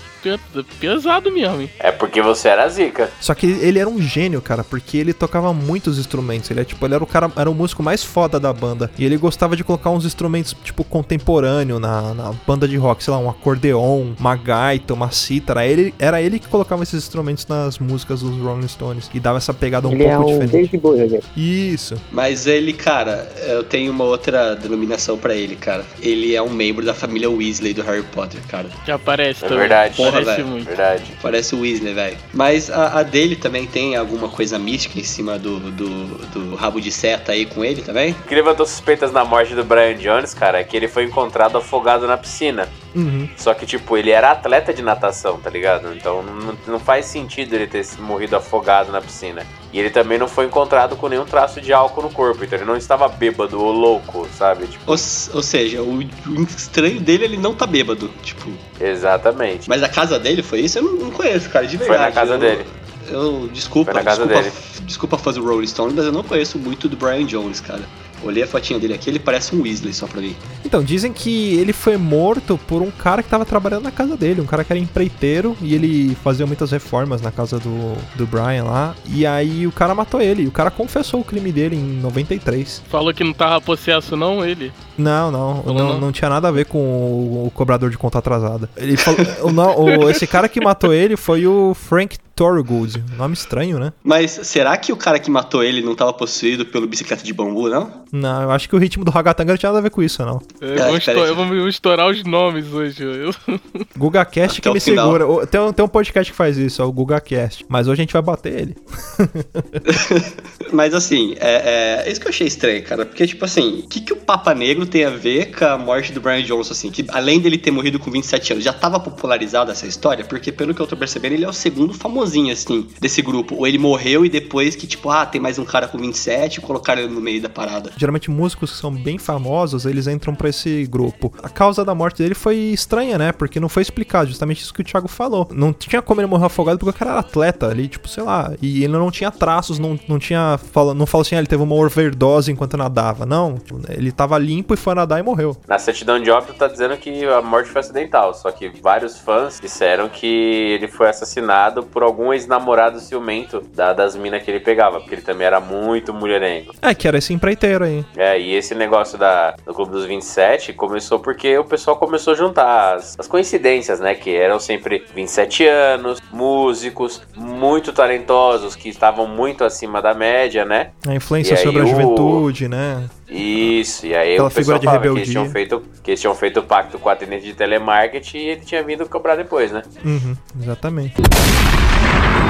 Pesado mesmo, hein? É porque você era zica. Só que ele era um gênio, cara, porque ele tocava muitos instrumentos. Ele é tipo, ele era o cara, era o músico mais foda da banda. E ele gostava de colocar uns instrumentos, tipo, contemporâneo na, na banda de rock, sei lá, um acordeon, uma gaita, uma cítara. Ele, era ele que colocava esses instrumentos nas músicas dos Rolling Stones. E dava essa pegada um Ele é pouco um diferente. David Bowie, né? Isso. Mas ele, cara, eu tenho uma outra denominação pra ele, cara. Ele é um membro da família Weasley do Harry Potter, cara. Que aparece É também. verdade. Porra, Parece velho. muito. Verdade. Parece o Weasley, velho. Mas a, a dele também tem alguma coisa mística em cima do, do, do rabo de seta aí com ele também? O que levantou suspeitas na morte do Brian Jones, cara, é que ele foi encontrado afogado na piscina. Uhum. Só que, tipo, ele era atleta de natação, tá ligado? Então não, não faz sentido ele ter morrido afogado na piscina. E ele também não foi encontrado com nenhum traço de álcool no corpo. Então ele não estava bêbado ou louco, sabe? Tipo, Ou, ou seja, o, o estranho dele, ele não tá bêbado, tipo... exatamente. Mas a casa dele foi isso? Eu não, não conheço, cara, de verdade. Foi na casa eu, dele. Eu, desculpa, Foi na casa desculpa, dele. desculpa fazer o Rolling Stone, mas eu não conheço muito do Brian Jones, cara. Olhei a fotinha dele aqui, ele parece um Weasley só pra mim. Então, dizem que ele foi morto por um cara que tava trabalhando na casa dele, um cara que era empreiteiro, e ele fazia muitas reformas na casa do, do Brian lá, e aí o cara matou ele, e o cara confessou o crime dele em noventa e três. Falou que não tava possesso, não, ele? Não, não, Falou não, não? não tinha nada a ver com o, o cobrador de conta atrasada. Ele falou, o, não, o, esse cara que matou ele foi o Frank Thorogood, nome estranho, né? Mas será que o cara que matou ele não tava possuído pelo bicicleta de bambu, não? Não, eu acho que o ritmo do Ragatanga não tinha nada a ver com isso, não. Eu Ah, vou, espera esto- aí. eu vou me- estourar os nomes hoje. Eu... GugaCast que Até o me final. segura. O- Tem, um- tem um podcast que faz isso, é o GugaCast. Mas hoje a gente vai bater ele. Mas assim, é, é, é isso que eu achei estranho, cara. Porque, tipo assim, o que, que o Papa Negro tem a ver com a morte do Brian Johnson, assim? Que além dele ter morrido com vinte e sete anos, já tava popularizada essa história? Porque, pelo que eu tô percebendo, ele é o segundo famosinho, assim, desse grupo. Ou ele morreu e depois que, tipo, ah, tem mais um cara com vinte e sete, colocaram ele no meio da parada. Geralmente músicos que são bem famosos, eles entram pra esse grupo. A causa da morte dele foi estranha, né? Porque não foi explicado, justamente isso que o Thiago falou. Não tinha como ele morrer afogado porque o cara era atleta ali, tipo, sei lá. E ele não tinha traços, não, não tinha... Fala, não fala assim, ah, ele teve uma overdose enquanto nadava. Não, ele tava limpo e foi nadar e morreu. Na certidão de óbito tá dizendo que a morte foi acidental, só que vários fãs disseram que ele foi assassinado por algum ex-namorado ciumento da, das minas que ele pegava, porque ele também era muito mulherengo. É, que era esse empreiteiro aí. É, e esse negócio da, do Clube dos vinte e sete começou porque o pessoal começou a juntar as, as coincidências, né? Que eram sempre vinte e sete anos, músicos muito talentosos, que estavam muito acima da média, né? A influência E aí sobre a o- juventude, né? Isso, e aí Aquela o pessoal figura de falava que rebeldia. eles, tinham feito, que eles tinham feito o pacto com a atendente de telemarketing e ele tinha vindo cobrar depois, né? Uhum, exatamente.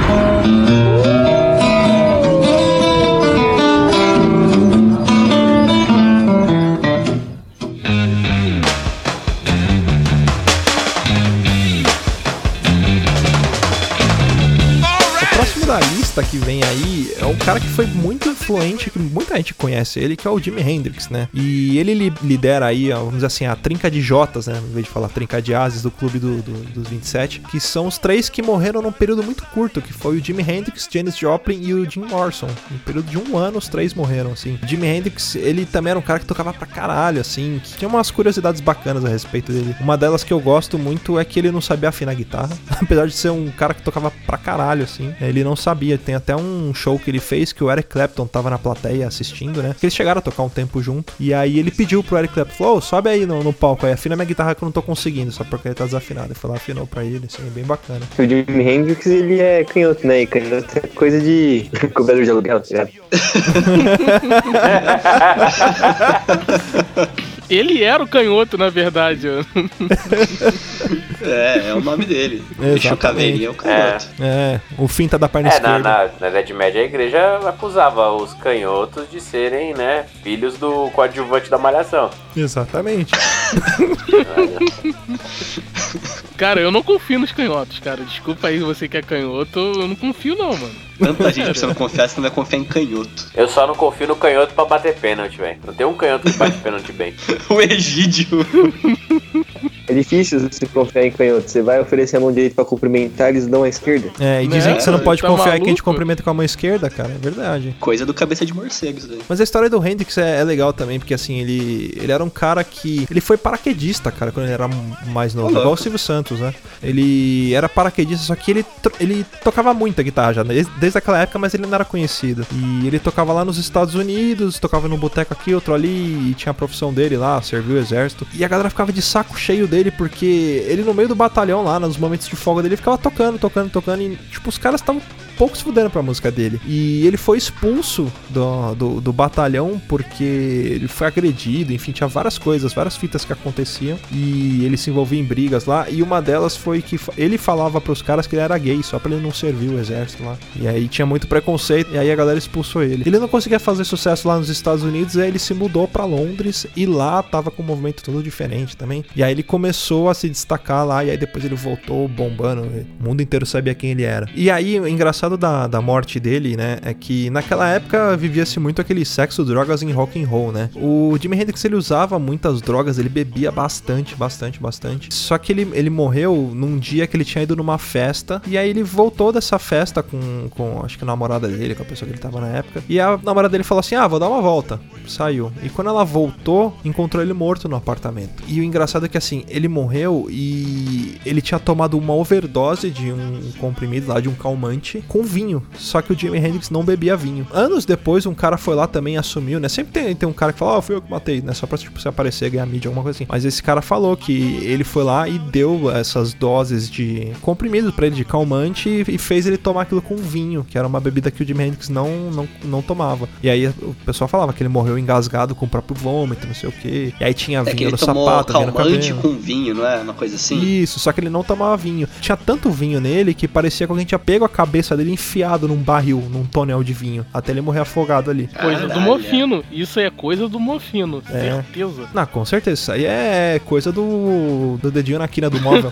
Que vem aí é um cara que foi muito influente, que muita gente conhece ele, que é o Jimi Hendrix, né? E ele li- lidera aí, vamos dizer assim, a trinca de Jotas, né? Em vez de falar trinca de ases do clube do, do, dos vinte e sete, que são os três que morreram num período muito curto, que foi o Jimi Hendrix, Janis Joplin e o Jim Morrison. Em um período de um ano, os três morreram, assim. O Jimi Hendrix, ele também era um cara que tocava pra caralho, assim, que tinha umas curiosidades bacanas a respeito dele. Uma delas que eu gosto muito é que ele não sabia afinar guitarra, apesar de ser um cara que tocava pra caralho, assim. Ele não sabia. Tem até um show que ele fez que o Eric Clapton tava na plateia assistindo, né? Que eles chegaram a tocar um tempo junto. E aí ele pediu pro Eric Clapton, falou, oh, sobe aí no, no palco aí, afina minha guitarra que eu não tô conseguindo, só porque ele tá desafinado. Ele foi lá, afinou pra ele, assim, bem bacana. O Jimi Hendrix, ele é canhoto, né? E canhoto é coisa de cobrador de aluguel, tá ligado? Ele era o canhoto, na verdade. É, é o nome dele. Bicho Caveirinha é o canhoto. É, é, o finta da perna é, esquerda. Na, na, na Idade Média a igreja acusava os canhotos de serem, né, filhos do coadjuvante da Malhação. Exatamente. Cara, eu não confio nos canhotos, cara. Desculpa aí você que é canhoto, eu não confio não, mano. Tanta gente que você não confia, você não vai confiar em canhoto. Eu só não confio no canhoto pra bater pênalti, velho. Não tem um canhoto que bate pênalti bem. O Egídio. É difícil você confiar em canhoto. Você vai oferecer a mão direita pra cumprimentar, eles dão a esquerda. É, e dizem Né? que você não pode Tá confiar em quem maluco? te cumprimenta com a mão esquerda, cara. É verdade. Coisa do cabeça de morcego isso daí. Mas a história do Hendrix é, é legal também, porque assim, ele, ele era um cara que... Ele foi paraquedista, cara, quando ele era mais novo. Olá. Igual o Silvio Santos, né? Ele era paraquedista, só que ele, tro- ele tocava muita guitarra já, desde, desde aquela época, mas ele não era conhecido. E ele tocava lá nos Estados Unidos, tocava num boteco aqui, outro ali, e tinha a profissão dele lá, serviu o exército. E a galera ficava de saco cheio dele, porque ele no meio do batalhão lá, nos momentos de folga dele, ficava tocando, tocando, tocando, e tipo, os caras estavam pouco se fudendo pra música dele. E ele foi expulso do, do, do batalhão porque ele foi agredido, enfim, tinha várias coisas, várias fitas que aconteciam, e ele se envolvia em brigas lá, e uma delas foi que ele falava pros caras que ele era gay, só pra ele não servir o exército lá. E aí tinha muito preconceito, e aí a galera expulsou ele. Ele não conseguia fazer sucesso lá nos Estados Unidos, e aí ele se mudou pra Londres, e lá tava com um movimento todo diferente também. E aí ele começou a se destacar lá, e aí depois ele voltou bombando, o mundo inteiro sabia quem ele era. E aí, o engraçado Da, da morte dele, né, é que naquela época vivia-se muito aquele sexo, drogas em rock and roll, né. O Jimi Hendrix, ele usava muitas drogas, ele bebia bastante, bastante, bastante. Só que ele, ele morreu num dia que ele tinha ido numa festa, e aí ele voltou dessa festa com, com, acho que a namorada dele, com a pessoa que ele tava na época, e a namorada dele falou assim, ah, vou dar uma volta. Saiu. E quando ela voltou, encontrou ele morto no apartamento. E o engraçado é que, assim, ele morreu e ele tinha tomado uma overdose de um comprimido lá, de um calmante, com vinho, só que o Jimi Hendrix não bebia vinho. Anos depois, um cara foi lá também e assumiu, né? Sempre tem, tem um cara que fala, ó, oh, fui eu que matei, né? Só pra, tipo, se aparecer, ganhar mídia, alguma coisa assim. Mas esse cara falou que ele foi lá e deu essas doses de comprimido pra ele, de calmante, e, e fez ele tomar aquilo com vinho, que era uma bebida que o Jimi Hendrix não, não, não tomava. E aí o pessoal falava que ele morreu engasgado com o próprio vômito, não sei o quê. E aí tinha É que vinho ele no tomou sapato, vinho no calmante cabelo. com vinho, não é? Uma coisa assim? Isso, só que ele não tomava vinho. Tinha tanto vinho nele que parecia que alguém tinha pego a cabeça dele e enfiado num barril, num tonel de vinho, até ele morrer afogado ali. Coisa do Caralho. Mofino. Isso é coisa do Mofino, É. certeza. Não, com certeza. Isso aí é coisa do, do dedinho na quina do móvel.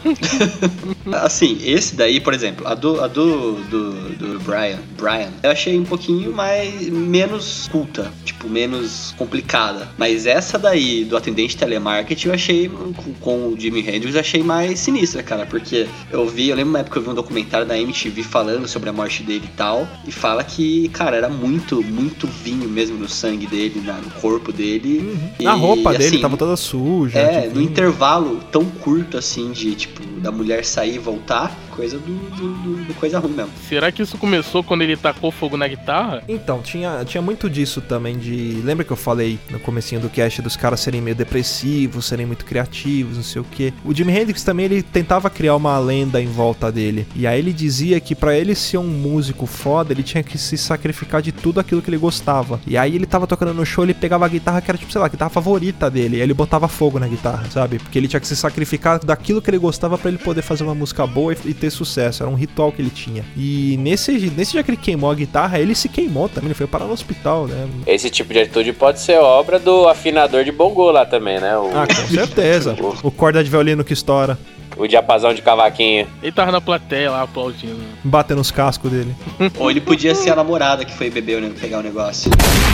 Assim, esse daí, por exemplo, a do, a do, do, do Brian, Brian, eu achei um pouquinho mais, menos culta, tipo, menos complicada. Mas essa daí, do atendente telemarketing, eu achei, com, com o Jimi Hendrix, eu achei mais sinistra, cara, porque eu vi, eu lembro uma época que eu vi um documentário da M T V falando sobre a morte dele e tal, e fala que, cara, era muito, muito vinho mesmo no sangue dele, na, no corpo dele. Uhum. E, A roupa dele assim, tava toda suja. É, de no vinho. intervalo tão curto assim de, tipo, da mulher sair e voltar, coisa do, do, do- do coisa ruim mesmo. Será que isso começou quando ele tacou fogo na guitarra? Então, tinha, tinha muito disso também de... Lembra que eu falei no comecinho do cast dos caras serem meio depressivos, serem muito criativos, não sei o quê. O Jimi Hendrix também, ele tentava criar uma lenda em volta dele. E aí ele dizia que pra ele ser um músico foda, ele tinha que se sacrificar de tudo aquilo que ele gostava. E aí ele tava tocando no show, ele pegava a guitarra que era, tipo, sei lá, a guitarra favorita dele. E aí ele botava fogo na guitarra, sabe? Porque ele tinha que se sacrificar daquilo que ele gostava pra ele ele poder fazer uma música boa e, e ter sucesso. Era um ritual que ele tinha. E nesse, nesse dia que ele queimou a guitarra, ele se queimou também. Ele foi parar no hospital, né? Esse tipo de atitude pode ser obra do afinador de bongô lá também, né? O... Ah, com certeza. O corda de violino que estoura. O diapasão de cavaquinho. Ele tava na plateia lá aplaudindo. Batendo os cascos dele. Ou ele podia ser a namorada que foi beber, né, pegar o negócio.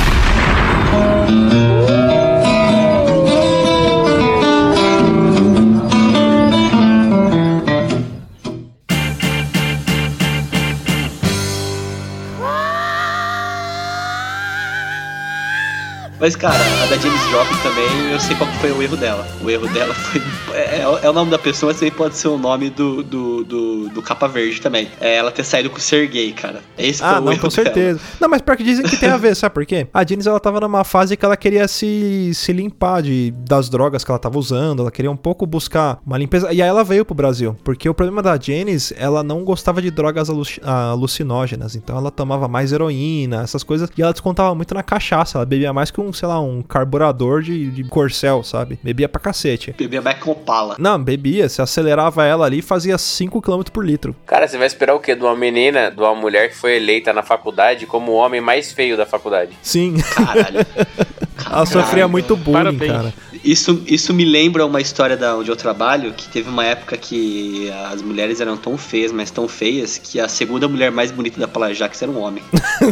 Mas, cara, a da Janis Joplin também, eu sei qual que foi o erro dela. O erro dela foi... É, é o nome da pessoa, mas também pode ser o nome do, do, do, do Capa Verde também. É ela ter saído com o Sergei, cara. Esse ah, foi o não, erro com certeza. dela. Não, mas pior que dizem que tem a ver, sabe por quê? A Janis, ela tava numa fase que ela queria se, se limpar de, das drogas que ela tava usando. Ela queria um pouco buscar uma limpeza. E aí ela veio pro Brasil. Porque o problema da Janis, ela não gostava de drogas aluc- alucinógenas. Então ela tomava mais heroína, essas coisas. E ela descontava muito na cachaça. Ela bebia mais que um, sei lá, um carburador de, de Corcel, sabe? Bebia pra cacete. Bebia mais que Opala. Não, bebia. Você acelerava ela ali e fazia cinco quilômetros por litro. Cara, você vai esperar o quê? De uma menina, de uma mulher que foi eleita na faculdade como o homem mais feio da faculdade. Sim. Caralho. Ela sofria muito bullying, Parabéns. cara. Isso, isso me lembra uma história da onde eu trabalho, que teve uma época que as mulheres eram tão feias, mas tão feias, que a segunda mulher mais bonita da Palajax era um homem.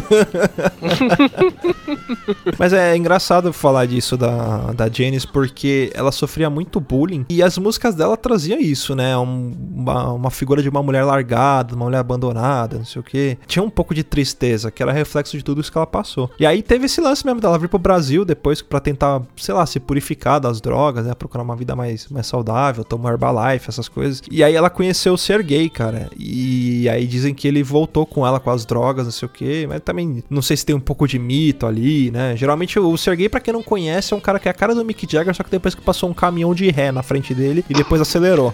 Mas é engraçado falar disso da, da Janis, porque ela sofria muito bullying e as músicas dela traziam isso, né? Um, uma, uma figura de uma mulher largada, uma mulher abandonada, não sei o quê. Tinha um pouco de tristeza, que era reflexo de tudo isso que ela passou. E aí teve esse lance mesmo dela vir pro Brasil depois pra tentar, sei lá, se purificar das drogas, né? Procurar uma vida mais, mais saudável, tomar Herbalife, essas coisas. E aí ela conheceu o Sergei, cara. E aí dizem que ele voltou com ela com as drogas, não sei o quê. Mas também não sei se tem um pouco de mito ali, né? Geralmente o Sergei, pra quem não conhece, é um cara que é a cara do Mick Jagger, só que depois que passou um caminhão de ré na frente dele e depois acelerou.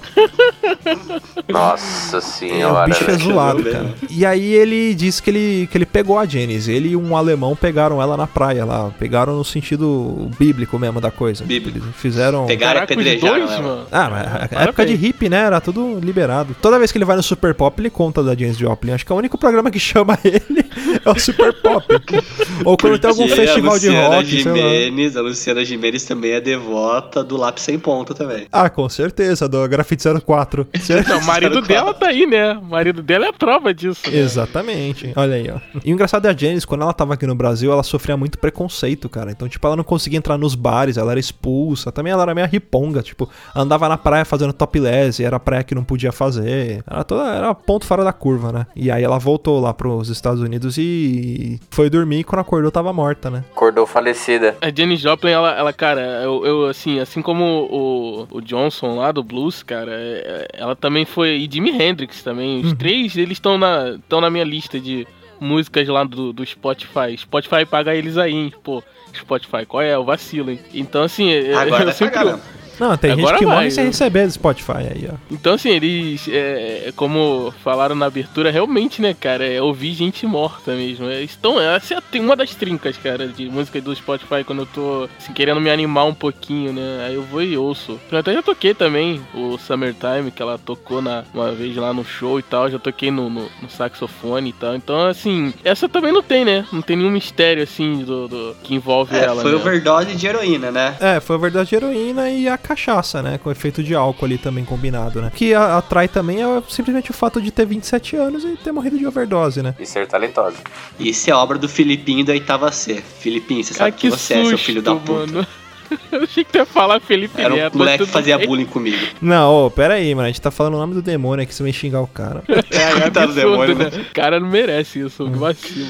Nossa senhora. É, o bicho é zoado, cara. E aí ele disse que ele, que ele pegou a Janis. Ele e um alemão pegaram ela na praia lá. Pegaram no sentido bíblico mesmo da coisa. Bíblico. Eles fizeram... Pegaram e Caraca, os apedrejaram dois, ela. mano. Ah, mas a Parabéns. época de hippie, né? Era tudo liberado. Toda vez que ele vai no Super Pop, ele conta da Janis Joplin. Acho que é o único programa que chama ele é o Super Pop. Ou quando tem algum Porque festival de a rock, sei lá. Gimenez, a Luciana Gimenez também é devota do lápis sem ponta também. Ah, com certeza, do Grafite zero quatro. Não, o marido dela tá aí, né? O marido dela é a prova disso. Né? Exatamente. Olha aí, ó. E o engraçado é a Janis, quando ela tava aqui no Brasil, ela sofria muito preconceito, cara. Então, tipo, ela não conseguia entrar nos bares, ela era expulsa. Também ela era meio riponga, tipo, andava na praia fazendo topless, e era a praia que não podia fazer. Era toda, era ponto fora da curva, né? E aí ela voltou lá pros Estados Unidos e foi dormir e quando acordou tava morta, né? Acordou falecida. A Janis Joplin, ela, ela cara, eu, eu, assim, assim como o, o Johnson lá do blues, cara, é, ela também foi, e Jimi Hendrix também, os Uhum. três, eles estão na, estão na minha lista de músicas lá do, do Spotify. Spotify paga eles aí, hein? Pô, Spotify, qual é? O vacilo, hein? Então, assim, Agora eu vai sempre... pagar, mesmo. Não, tem Agora gente que vai, morre sem eu- receber do Spotify aí, ó. Então, assim, eles, é, como falaram na abertura, realmente, né, cara, é ouvir gente morta mesmo. É, estão, essa é uma das trincas, cara, de música do Spotify, quando eu tô, assim, querendo me animar um pouquinho, né, aí eu vou e ouço. Eu até já toquei também o Summertime, que ela tocou na, uma vez lá no show e tal, já toquei no, no, no saxofone e tal. Então, assim, essa também não tem, né, não tem nenhum mistério, assim, do, do que envolve É, ela, foi né. overdose de heroína, né? É, foi a verdade de heroína e a cachaça, né? Com efeito de álcool ali também combinado, né? O que a- atrai também é simplesmente o fato de ter vinte e sete anos e ter morrido de overdose, né? E ser talentosa. Isso é obra do Filipinho da oitava C. Filipinho, você Cara, sabe que você é, seu filho da puta. mano. Eu achei que tu ia falar Felipe Era um Neto. moleque tudo que fazia bem. bullying comigo. Não, ô, pera aí, mano. A gente tá falando o nome do demônio aqui, você vai xingar o cara. É, é Coitado do absurdo, demônio, né? O cara não merece isso, que vacilo.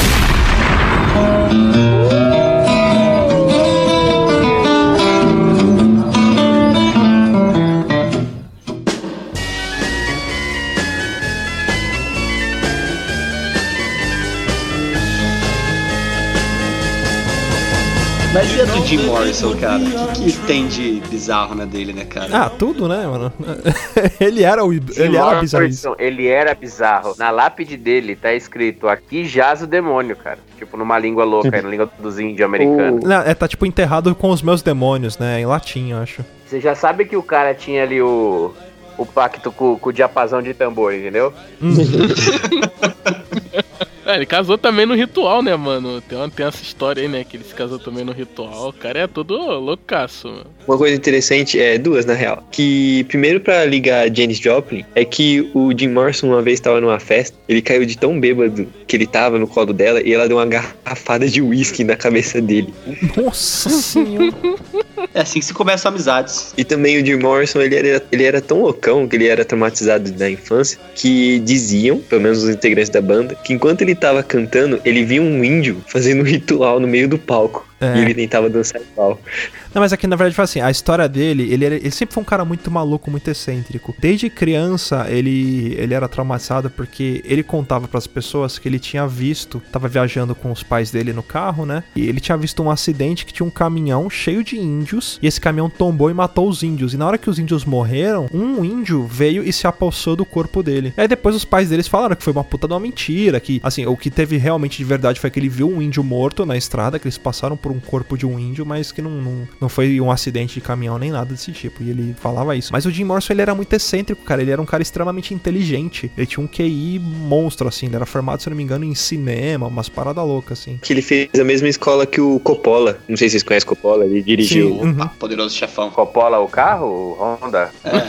Mas e a do Jim Morrison, cara? O que, que tem de bizarro na dele, né, cara? Ah, tudo, né, mano? ele era o. Ele era bizarrice. Morrison, ele era bizarro. Na lápide dele tá escrito: aqui jaz o demônio, cara. Tipo, numa língua louca, na língua dos índios americanos. Não, é, tá tipo enterrado com os meus demônios, né? Em latim, eu acho. Você já sabe que o cara tinha ali o, o pacto com, com o diapasão de tambor, entendeu? É, ele casou também no ritual, né, mano? Tem, uma, tem essa história aí, né, que ele se casou também no ritual. O cara é todo loucaço, mano. Uma coisa interessante, é duas na real, que primeiro pra ligar a Janis Joplin, é que o Jim Morrison uma vez tava numa festa, ele caiu de tão bêbado que ele tava no colo dela e ela deu uma garrafada de uísque na cabeça dele. Nossa senhora. É assim que se começam amizades. E também o Jim Morrison, ele era, ele era tão loucão, que ele era traumatizado na infância, que diziam, pelo menos os integrantes da banda, que enquanto ele tava cantando, ele via um índio fazendo um ritual no meio do palco. É. E ele tentava dançar igual. Não, mas aqui na verdade foi assim, a história dele, ele, era, ele sempre foi um cara muito maluco, muito excêntrico. Desde criança, ele, ele era traumatizado porque ele contava pras pessoas que ele tinha visto, tava viajando com os pais dele no carro, né? E ele tinha visto um acidente que tinha um caminhão cheio de índios, e esse caminhão tombou e matou os índios. E na hora que os índios morreram, um índio veio e se apossou do corpo dele. E aí depois os pais deles falaram que foi uma puta de uma mentira, que, assim, o que teve realmente de verdade foi que ele viu um índio morto na estrada, que eles passaram por um corpo de um índio, mas que não, não, não foi um acidente de caminhão nem nada desse tipo, e ele falava isso. Mas o Jim Morrison, ele era muito excêntrico, cara, ele era um cara extremamente inteligente, ele tinha um Q I monstro, assim, ele era formado, se não me engano, em cinema, umas paradas loucas, assim. Que ele fez a mesma escola que o Coppola, não sei se vocês conhecem o Coppola, ele dirigiu... Sim, uhum. Opa, Poderoso Chefão. Coppola o carro? O Honda? É.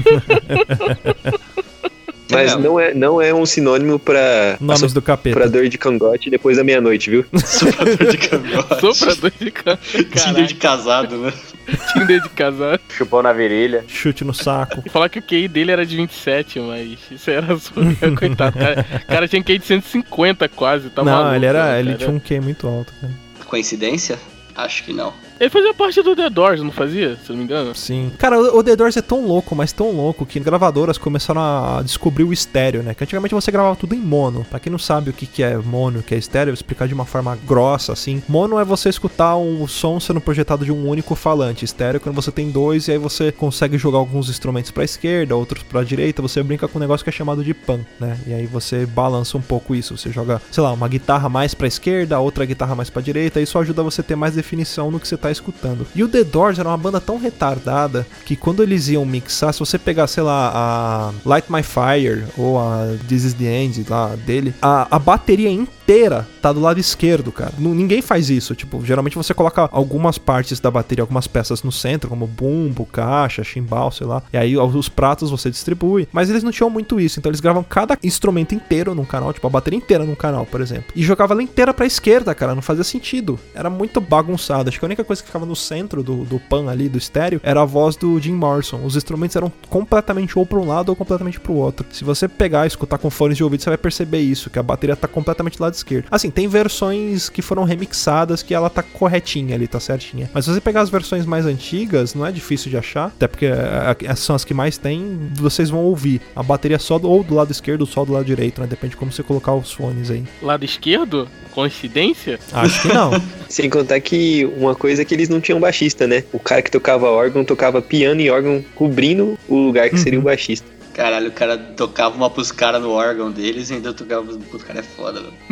Mas não é, não é um sinônimo pra... Nomes do capeta. Soprador de cangote depois da meia-noite, viu? Soprador de cangote. Soprador de cangote. Tinder de casado, né? Tinder de casado. Chupou na virilha. Chute no saco. Falar que o Q I dele era de vinte e sete, mas isso era só... Coitado, cara. O cara tinha Q I de cento e cinquenta quase, tá não, maluco. Não, ele, era, cara. ele tinha um Q I muito alto, cara. Coincidência? Acho que não. Ele fazia parte do The Doors, não fazia? Se não me engano. Sim. Cara, o The Doors é tão louco, mas tão louco, que gravadoras começaram a descobrir o estéreo, né? Que antigamente você gravava tudo em mono. Pra quem não sabe o que que é mono, o que é estéreo, eu vou explicar de uma forma grossa, assim. Mono é você escutar um som sendo projetado de um único falante. Estéreo é quando você tem dois, e aí você consegue jogar alguns instrumentos pra esquerda, outros pra direita. Você brinca com um negócio que é chamado de pan, né? E aí você balança um pouco isso. Você joga, sei lá, uma guitarra mais pra esquerda, outra guitarra mais pra direita. Isso ajuda você a ter mais definição no que você tá escutando. E o The Doors era uma banda tão retardada que quando eles iam mixar, se você pegar, sei lá, a Light My Fire ou a This Is The End lá dele, a, a bateria inteira tá do lado esquerdo, cara. N- ninguém faz isso. Tipo, geralmente você coloca algumas partes da bateria, algumas peças no centro, como bumbo, caixa, chimbal, sei lá. E aí os pratos você distribui. Mas eles não tinham muito isso. Então eles gravam cada instrumento inteiro num canal, tipo a bateria inteira num canal, por exemplo. E jogava ela inteira pra esquerda, cara. Não fazia sentido. Era muito bagunçado. Acho que a única coisa que ficava no centro do, do pan ali, do estéreo, era a voz do Jim Morrison. Os instrumentos eram completamente ou pra um lado ou completamente pro outro. Se você pegar e escutar com fones de ouvido, você vai perceber isso, que a bateria tá completamente do lado esquerdo. Assim, tem versões que foram remixadas que ela tá corretinha ali, tá certinha. Mas se você pegar as versões mais antigas, não é difícil de achar, até porque são as que mais tem, vocês vão ouvir a bateria só do, ou do lado esquerdo ou só do lado direito, né? Depende de como você colocar os fones aí. Lado esquerdo? Coincidência? Acho que não. Sem contar que uma coisa é que eles não tinham baixista, né? O cara que tocava órgão, tocava piano e órgão cobrindo o lugar que uhum. seria o baixista. Caralho, o cara tocava uma pros caras no órgão deles e ainda tocava pros caras, é foda, velho.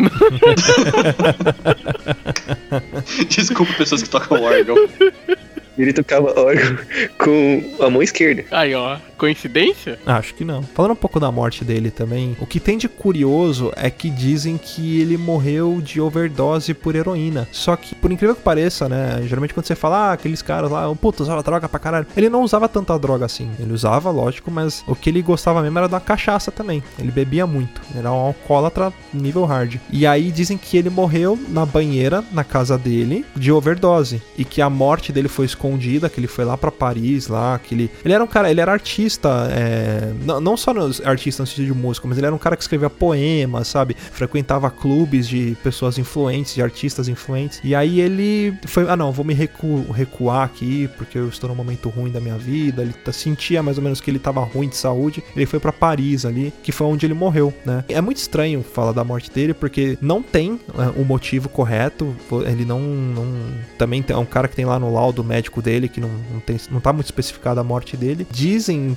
Desculpa pessoas que tocam órgão. Ele tocava órgão com a mão esquerda. Aí, ó. Coincidência? Acho que não. Falando um pouco da morte dele também, o que tem de curioso é que dizem que ele morreu de overdose por heroína. Só que, por incrível que pareça, né, geralmente quando você fala, ah, aqueles caras lá, puta, usava droga pra caralho, ele não usava tanta droga assim. Ele usava, lógico, mas o que ele gostava mesmo era da cachaça também. Ele bebia muito. Ele era um alcoólatra nível hard. E aí dizem que ele morreu na banheira, na casa dele, de overdose. E que a morte dele foi escondida, que ele foi lá pra Paris, lá, que ele... Ele era um cara, ele era artista, é... não, não só nos artista no sentido de música, mas ele era um cara que escrevia poemas, sabe? Frequentava clubes de pessoas influentes, de artistas influentes. E aí ele foi, ah não, vou me recu... recuar aqui, porque eu estou num momento ruim da minha vida. Ele sentia mais ou menos que ele tava ruim de saúde. Ele foi pra Paris ali, que foi onde ele morreu, né? É muito estranho falar da morte dele, porque não tem o um motivo correto. Ele não, não... Também é um cara que tem lá no laudo médico dele, que não, não, tem, não tá muito especificado a morte dele. Dizem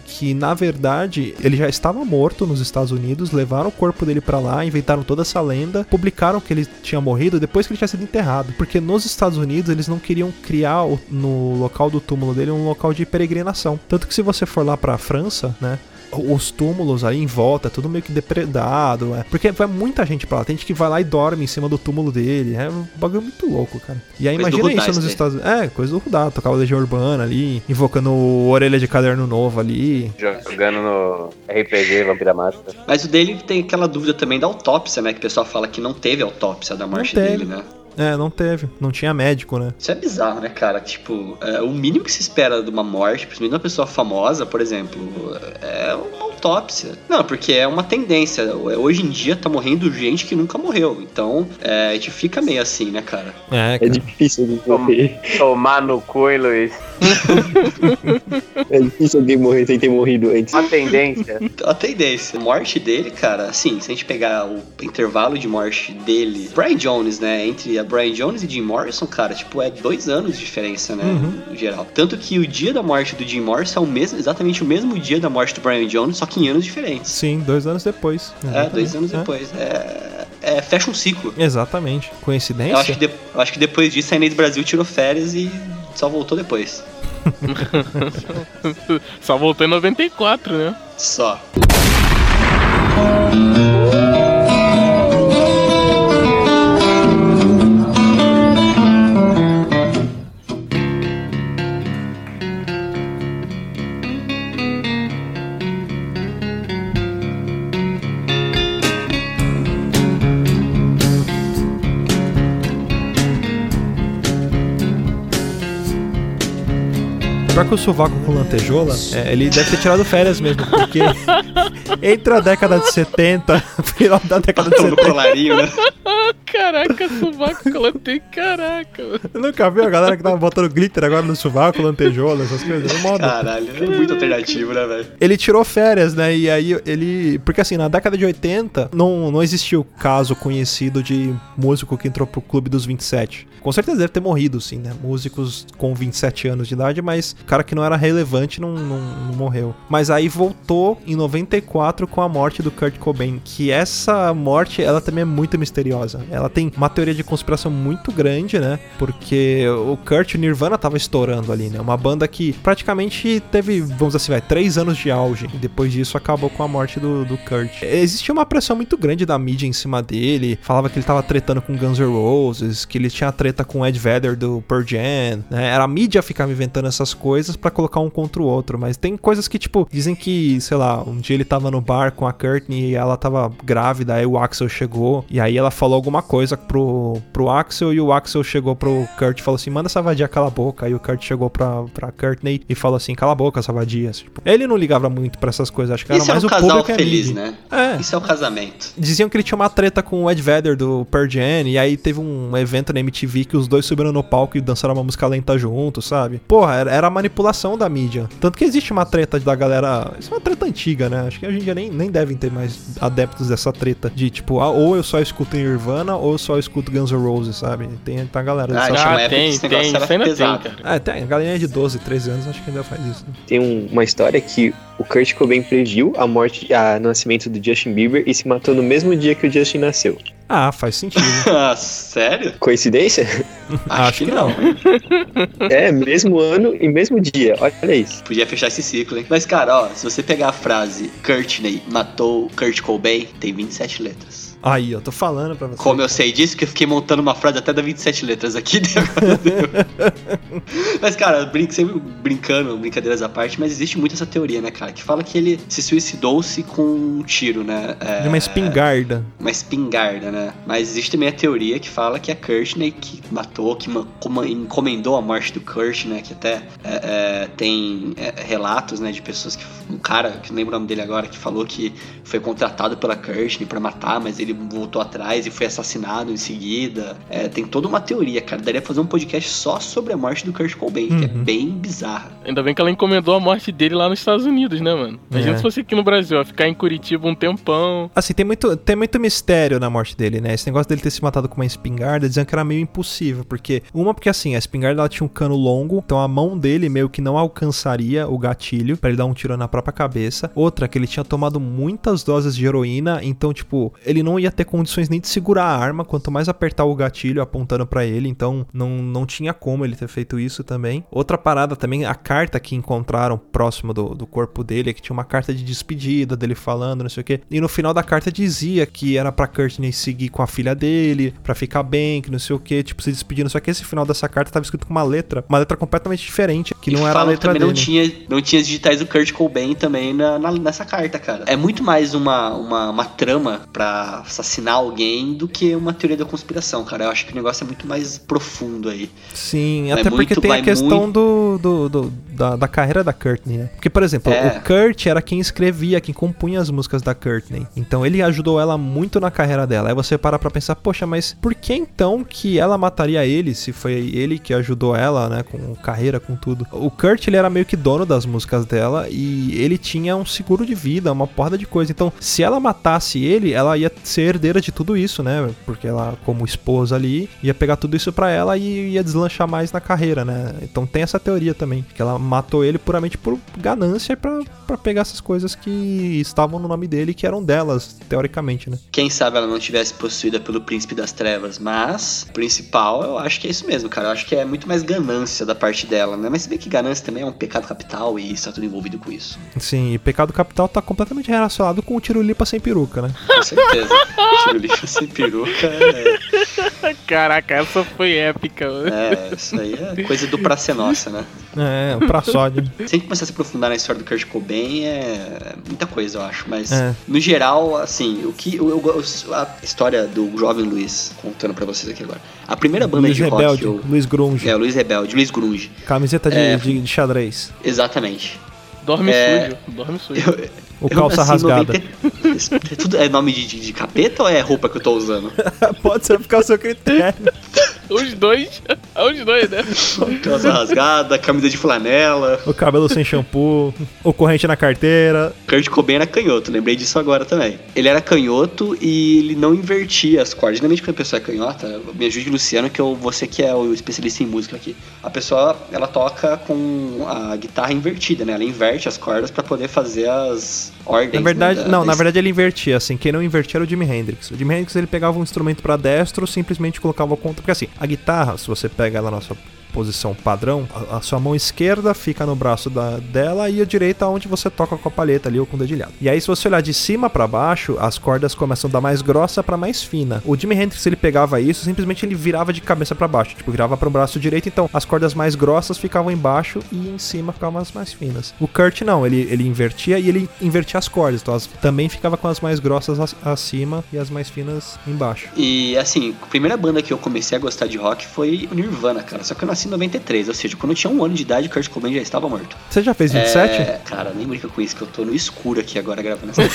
que, na verdade, ele já estava morto nos Estados Unidos, levaram o corpo dele pra lá, inventaram toda essa lenda, publicaram que ele tinha morrido depois que ele tinha sido enterrado. Porque nos Estados Unidos eles não queriam criar no local do túmulo dele um local de peregrinação. Tanto que se você for lá pra França, né, os túmulos aí em volta, tudo meio que depredado, é. Porque vai muita gente pra lá. Tem gente que vai lá e dorme em cima do túmulo dele. É um bagulho muito louco, cara. E aí coisa imagina isso nos Estados Unidos. É, coisa do Rudá, tocava Legião Urbana ali, invocando o Orelha de Caderno Novo ali. Jogando no R P G, Vampira Máscara. Mas o dele tem aquela dúvida também da autópsia, né? Que o pessoal fala que não teve autópsia da morte dele, né? É, não teve. Não tinha médico, né? Isso é bizarro, né, cara? Tipo, é, o mínimo que se espera de uma morte, principalmente de uma pessoa famosa, por exemplo, é uma autópsia. Não, porque é uma tendência. Hoje em dia tá morrendo gente que nunca morreu. Então, é, a gente fica meio assim, né, cara? É, cara. É difícil de morrer. Tomar no cu, hein, Luiz? É difícil alguém morrer sem ter morrido antes. A tendência. A tendência. A morte dele, cara, assim, se a gente pegar o intervalo de morte dele, Brian Jones, né, entre a Brian Jones e Jim Morrison, cara, tipo, é dois anos de diferença, né, uhum. no geral. Tanto que o dia da morte do Jim Morrison é o mesmo, exatamente o mesmo dia da morte do Brian Jones, só que em anos diferentes. Sim, dois anos depois. Exatamente. É, dois anos é. depois. É, é, fecha um ciclo. Exatamente. Coincidência? Eu acho, que de, eu acho que depois disso a Inês Brasil tirou férias e só voltou depois. Só voltou em noventa e quatro, né? Só. Pior que o sovaco com lantejola, é, ele deve ter tirado férias mesmo, porque entre a década de setenta, final da década de setenta... colarinho, né? Caraca, sovaco com lantejola, caraca. Nunca viu a galera que tava botando glitter agora no sovaco, lantejola, essas coisas? É Caralho, é muito alternativo, né, velho? Ele tirou férias, né, e aí ele... Porque assim, na década de oitenta, não, não existiu caso conhecido de músico que entrou pro Clube dos vinte e sete. Com certeza deve ter morrido, sim, né? Músicos com vinte e sete anos de idade, mas o cara que não era relevante não, não, não morreu. Mas aí voltou em noventa e quatro com a morte do Kurt Cobain, que essa morte, ela também é muito misteriosa. Ela tem uma teoria de conspiração muito grande, né? Porque o Kurt, o Nirvana tava estourando ali, né? Uma banda que praticamente teve, vamos dizer assim, vai, três anos de auge. E depois disso acabou com a morte do, do Kurt. Existia uma pressão muito grande da mídia em cima dele. Falava que ele tava tretando com Guns N' Roses, que ele tinha treta com o Ed Vedder do Pearl Jam, né? Era a mídia ficava inventando essas coisas pra colocar um contra o outro, mas tem coisas que, tipo, dizem que, sei lá, um dia ele tava no bar com a Courtney e ela tava grávida, aí o Axl chegou, e aí ela falou alguma coisa pro, pro Axl, e o Axl chegou pro Kurt e falou assim, manda essa vadia cala a boca, aí o Kurt chegou pra, pra Courtney e falou assim, cala a boca essa vadia, tipo, ele não ligava muito pra essas coisas, acho que era Isso mais é um o casal público feliz, e né? É. Isso é o casamento. Diziam que ele tinha uma treta com o Ed Vedder do Pearl Jam, e aí teve um evento na M T V que os dois subiram no palco e dançaram uma música lenta junto, sabe? Porra, era, era a manipulação da mídia. Tanto que existe uma treta da galera... Isso é uma treta antiga, né? Acho que hoje em dia nem, nem devem ter mais adeptos dessa treta. De tipo, ah, ou eu só escuto Nirvana, ou eu só escuto Guns N' Roses, sabe? Tem, tem a galera... Ah, dessa já treta. tem, tem. Isso ainda tem, cara. É, tem. A galerinha de doze, treze anos, acho que ainda faz isso. Né? Tem um, uma história que o Kurt Cobain previu a morte, a nascimento do Justin Bieber e se matou no mesmo dia que o Justin nasceu. Ah, faz sentido. Ah, sério? Coincidência? Acho, Acho que, que não. não. É, mesmo ano e mesmo dia. Olha isso. Podia fechar esse ciclo, hein? Mas, cara, ó, se você pegar a frase Courtney matou Kurt Cobain, tem vinte e sete letras. Aí, eu tô falando pra você. Como eu sei disso, que eu fiquei montando uma frase até da vinte e sete letras aqui. Mas, cara, brinco, sempre brincando, brincadeiras à parte, mas existe muito essa teoria, né, cara? Que fala que ele se suicidou-se com um tiro, né? É, de uma espingarda. Uma espingarda, né? Mas existe também a teoria que fala que a Courtney que matou, que encomendou a morte do Kurt, né? Que até é, é, tem é, relatos, né, de pessoas que... Um cara, que não lembro o nome dele agora, que falou que foi contratado pela Courtney pra matar, mas ele ele voltou atrás e foi assassinado em seguida. É, tem toda uma teoria, cara. Daria pra fazer um podcast só sobre a morte do Kurt Cobain, uhum. que é bem bizarra. Ainda bem que ela encomendou a morte dele lá nos Estados Unidos, né, mano? Imagina é. se fosse aqui no Brasil, ó, ficar em Curitiba um tempão. Assim, tem muito, tem muito mistério na morte dele, né? Esse negócio dele ter se matado com uma espingarda, dizendo que era meio impossível, porque uma, porque assim, a espingarda ela tinha um cano longo, então a mão dele meio que não alcançaria o gatilho pra ele dar um tiro na própria cabeça. Outra, que ele tinha tomado muitas doses de heroína, então, tipo, ele não ia ter condições nem de segurar a arma, quanto mais apertar o gatilho apontando pra ele, então não, não tinha como ele ter feito isso também. Outra parada também, a carta que encontraram próximo do, do corpo dele, que tinha uma carta de despedida dele falando, não sei o que, e no final da carta dizia que era pra Courtney seguir com a filha dele, pra ficar bem, que não sei o que, tipo, se despedindo, só que esse final dessa carta tava escrito com uma letra, uma letra completamente diferente, que e não era a letra também dele. Não tinha, não tinha as digitais do Kurt Cobain também na, na, nessa carta, cara. É muito mais uma, uma, uma trama pra assassinar alguém do que uma teoria da conspiração, cara. Eu acho que o negócio é muito mais profundo aí. Sim, vai até muito, porque tem a questão muito... do, do, do, da, da carreira da Courtney, né? Porque, por exemplo, é. o Kurt era quem escrevia, quem compunha as músicas da Courtney. Então ele ajudou ela muito na carreira dela. Aí você para pra pensar, poxa, mas por que então que ela mataria ele, se foi ele que ajudou ela, né, com carreira, com tudo? O Kurt, ele era meio que dono das músicas dela e ele tinha um seguro de vida, uma porrada de coisa. Então, se ela matasse ele, ela ia ser herdeira de tudo isso, né? Porque ela, como esposa ali, ia pegar tudo isso pra ela e ia deslanchar mais na carreira, né? Então tem essa teoria também, que ela matou ele puramente por ganância pra, pra pegar essas coisas que estavam no nome dele, que eram delas, teoricamente, né? Quem sabe ela não tivesse possuída pelo Príncipe das Trevas, mas o principal, eu acho que é isso mesmo, cara. Eu acho que é muito mais ganância da parte dela, né? Mas se bem que ganância também é um pecado capital e está tudo envolvido com isso. Sim, e pecado capital tá completamente relacionado com o Tirulipa sem peruca, né? Com certeza. Tirulipa sem peruca é... Caraca, essa foi épica, mano. É, isso aí é coisa do Pra Ser Nossa, né? É, o pra sódio. Se a gente começar a se aprofundar na história do Kurt Cobain, é muita coisa, eu acho. Mas, é. no geral, assim, o que eu, eu, a história do jovem Luiz, contando pra vocês aqui agora. A primeira banda Luiz de Rebelde, rock... Eu, Luiz Grunge. É, o Luiz Rebelde, Luiz Grunge. Camiseta de, é, de, de xadrez. Exatamente. Dorme é, sujo, dorme sujo. Eu, o calça assim, rasgada. noventa... Tudo é nome de, de, de capeta ou é roupa que eu tô usando? Pode ser ficar ao seu critério. Os dois, os dois, né? Calça rasgada, camisa de flanela. O cabelo sem shampoo, o corrente na carteira. Kurt Cobain era canhoto, lembrei disso agora também. Ele era canhoto e ele não invertia as cordas. Geralmente quando a pessoa é canhota, me ajude, Luciano, que eu, você que é o especialista em música aqui. A pessoa, ela toca com a guitarra invertida, né? Ela inverte as cordas pra poder fazer as ordens. Na verdade, né, da, não, da... na verdade ele invertia, assim, quem não invertia era o Jimi Hendrix. O Jimi Hendrix, ele pegava um instrumento pra destro, simplesmente colocava a conta, porque assim, a guitarra, se você pega ela na sua posição padrão, a, a sua mão esquerda fica no braço da, dela e a direita onde você toca com a palheta ali ou com o dedilhado. E aí, se você olhar de cima pra baixo, as cordas começam da mais grossa pra mais fina. O Jimi Hendrix, ele pegava isso, simplesmente ele virava de cabeça pra baixo, tipo, virava pro braço direito, então as cordas mais grossas ficavam embaixo e em cima ficavam as mais finas. O Kurt não, ele, ele invertia e ele invertia as cordas, então as, também ficava com as mais grossas acima e as mais finas embaixo. E assim, a primeira banda que eu comecei a gostar de rock foi o Nirvana, cara, só que eu nasci em noventa e três, ou seja, quando eu tinha um ano de idade, Kurt Cobain já estava morto. Você já fez vinte e sete? É, cara, nem brinca com isso, que eu tô no escuro aqui agora gravando essa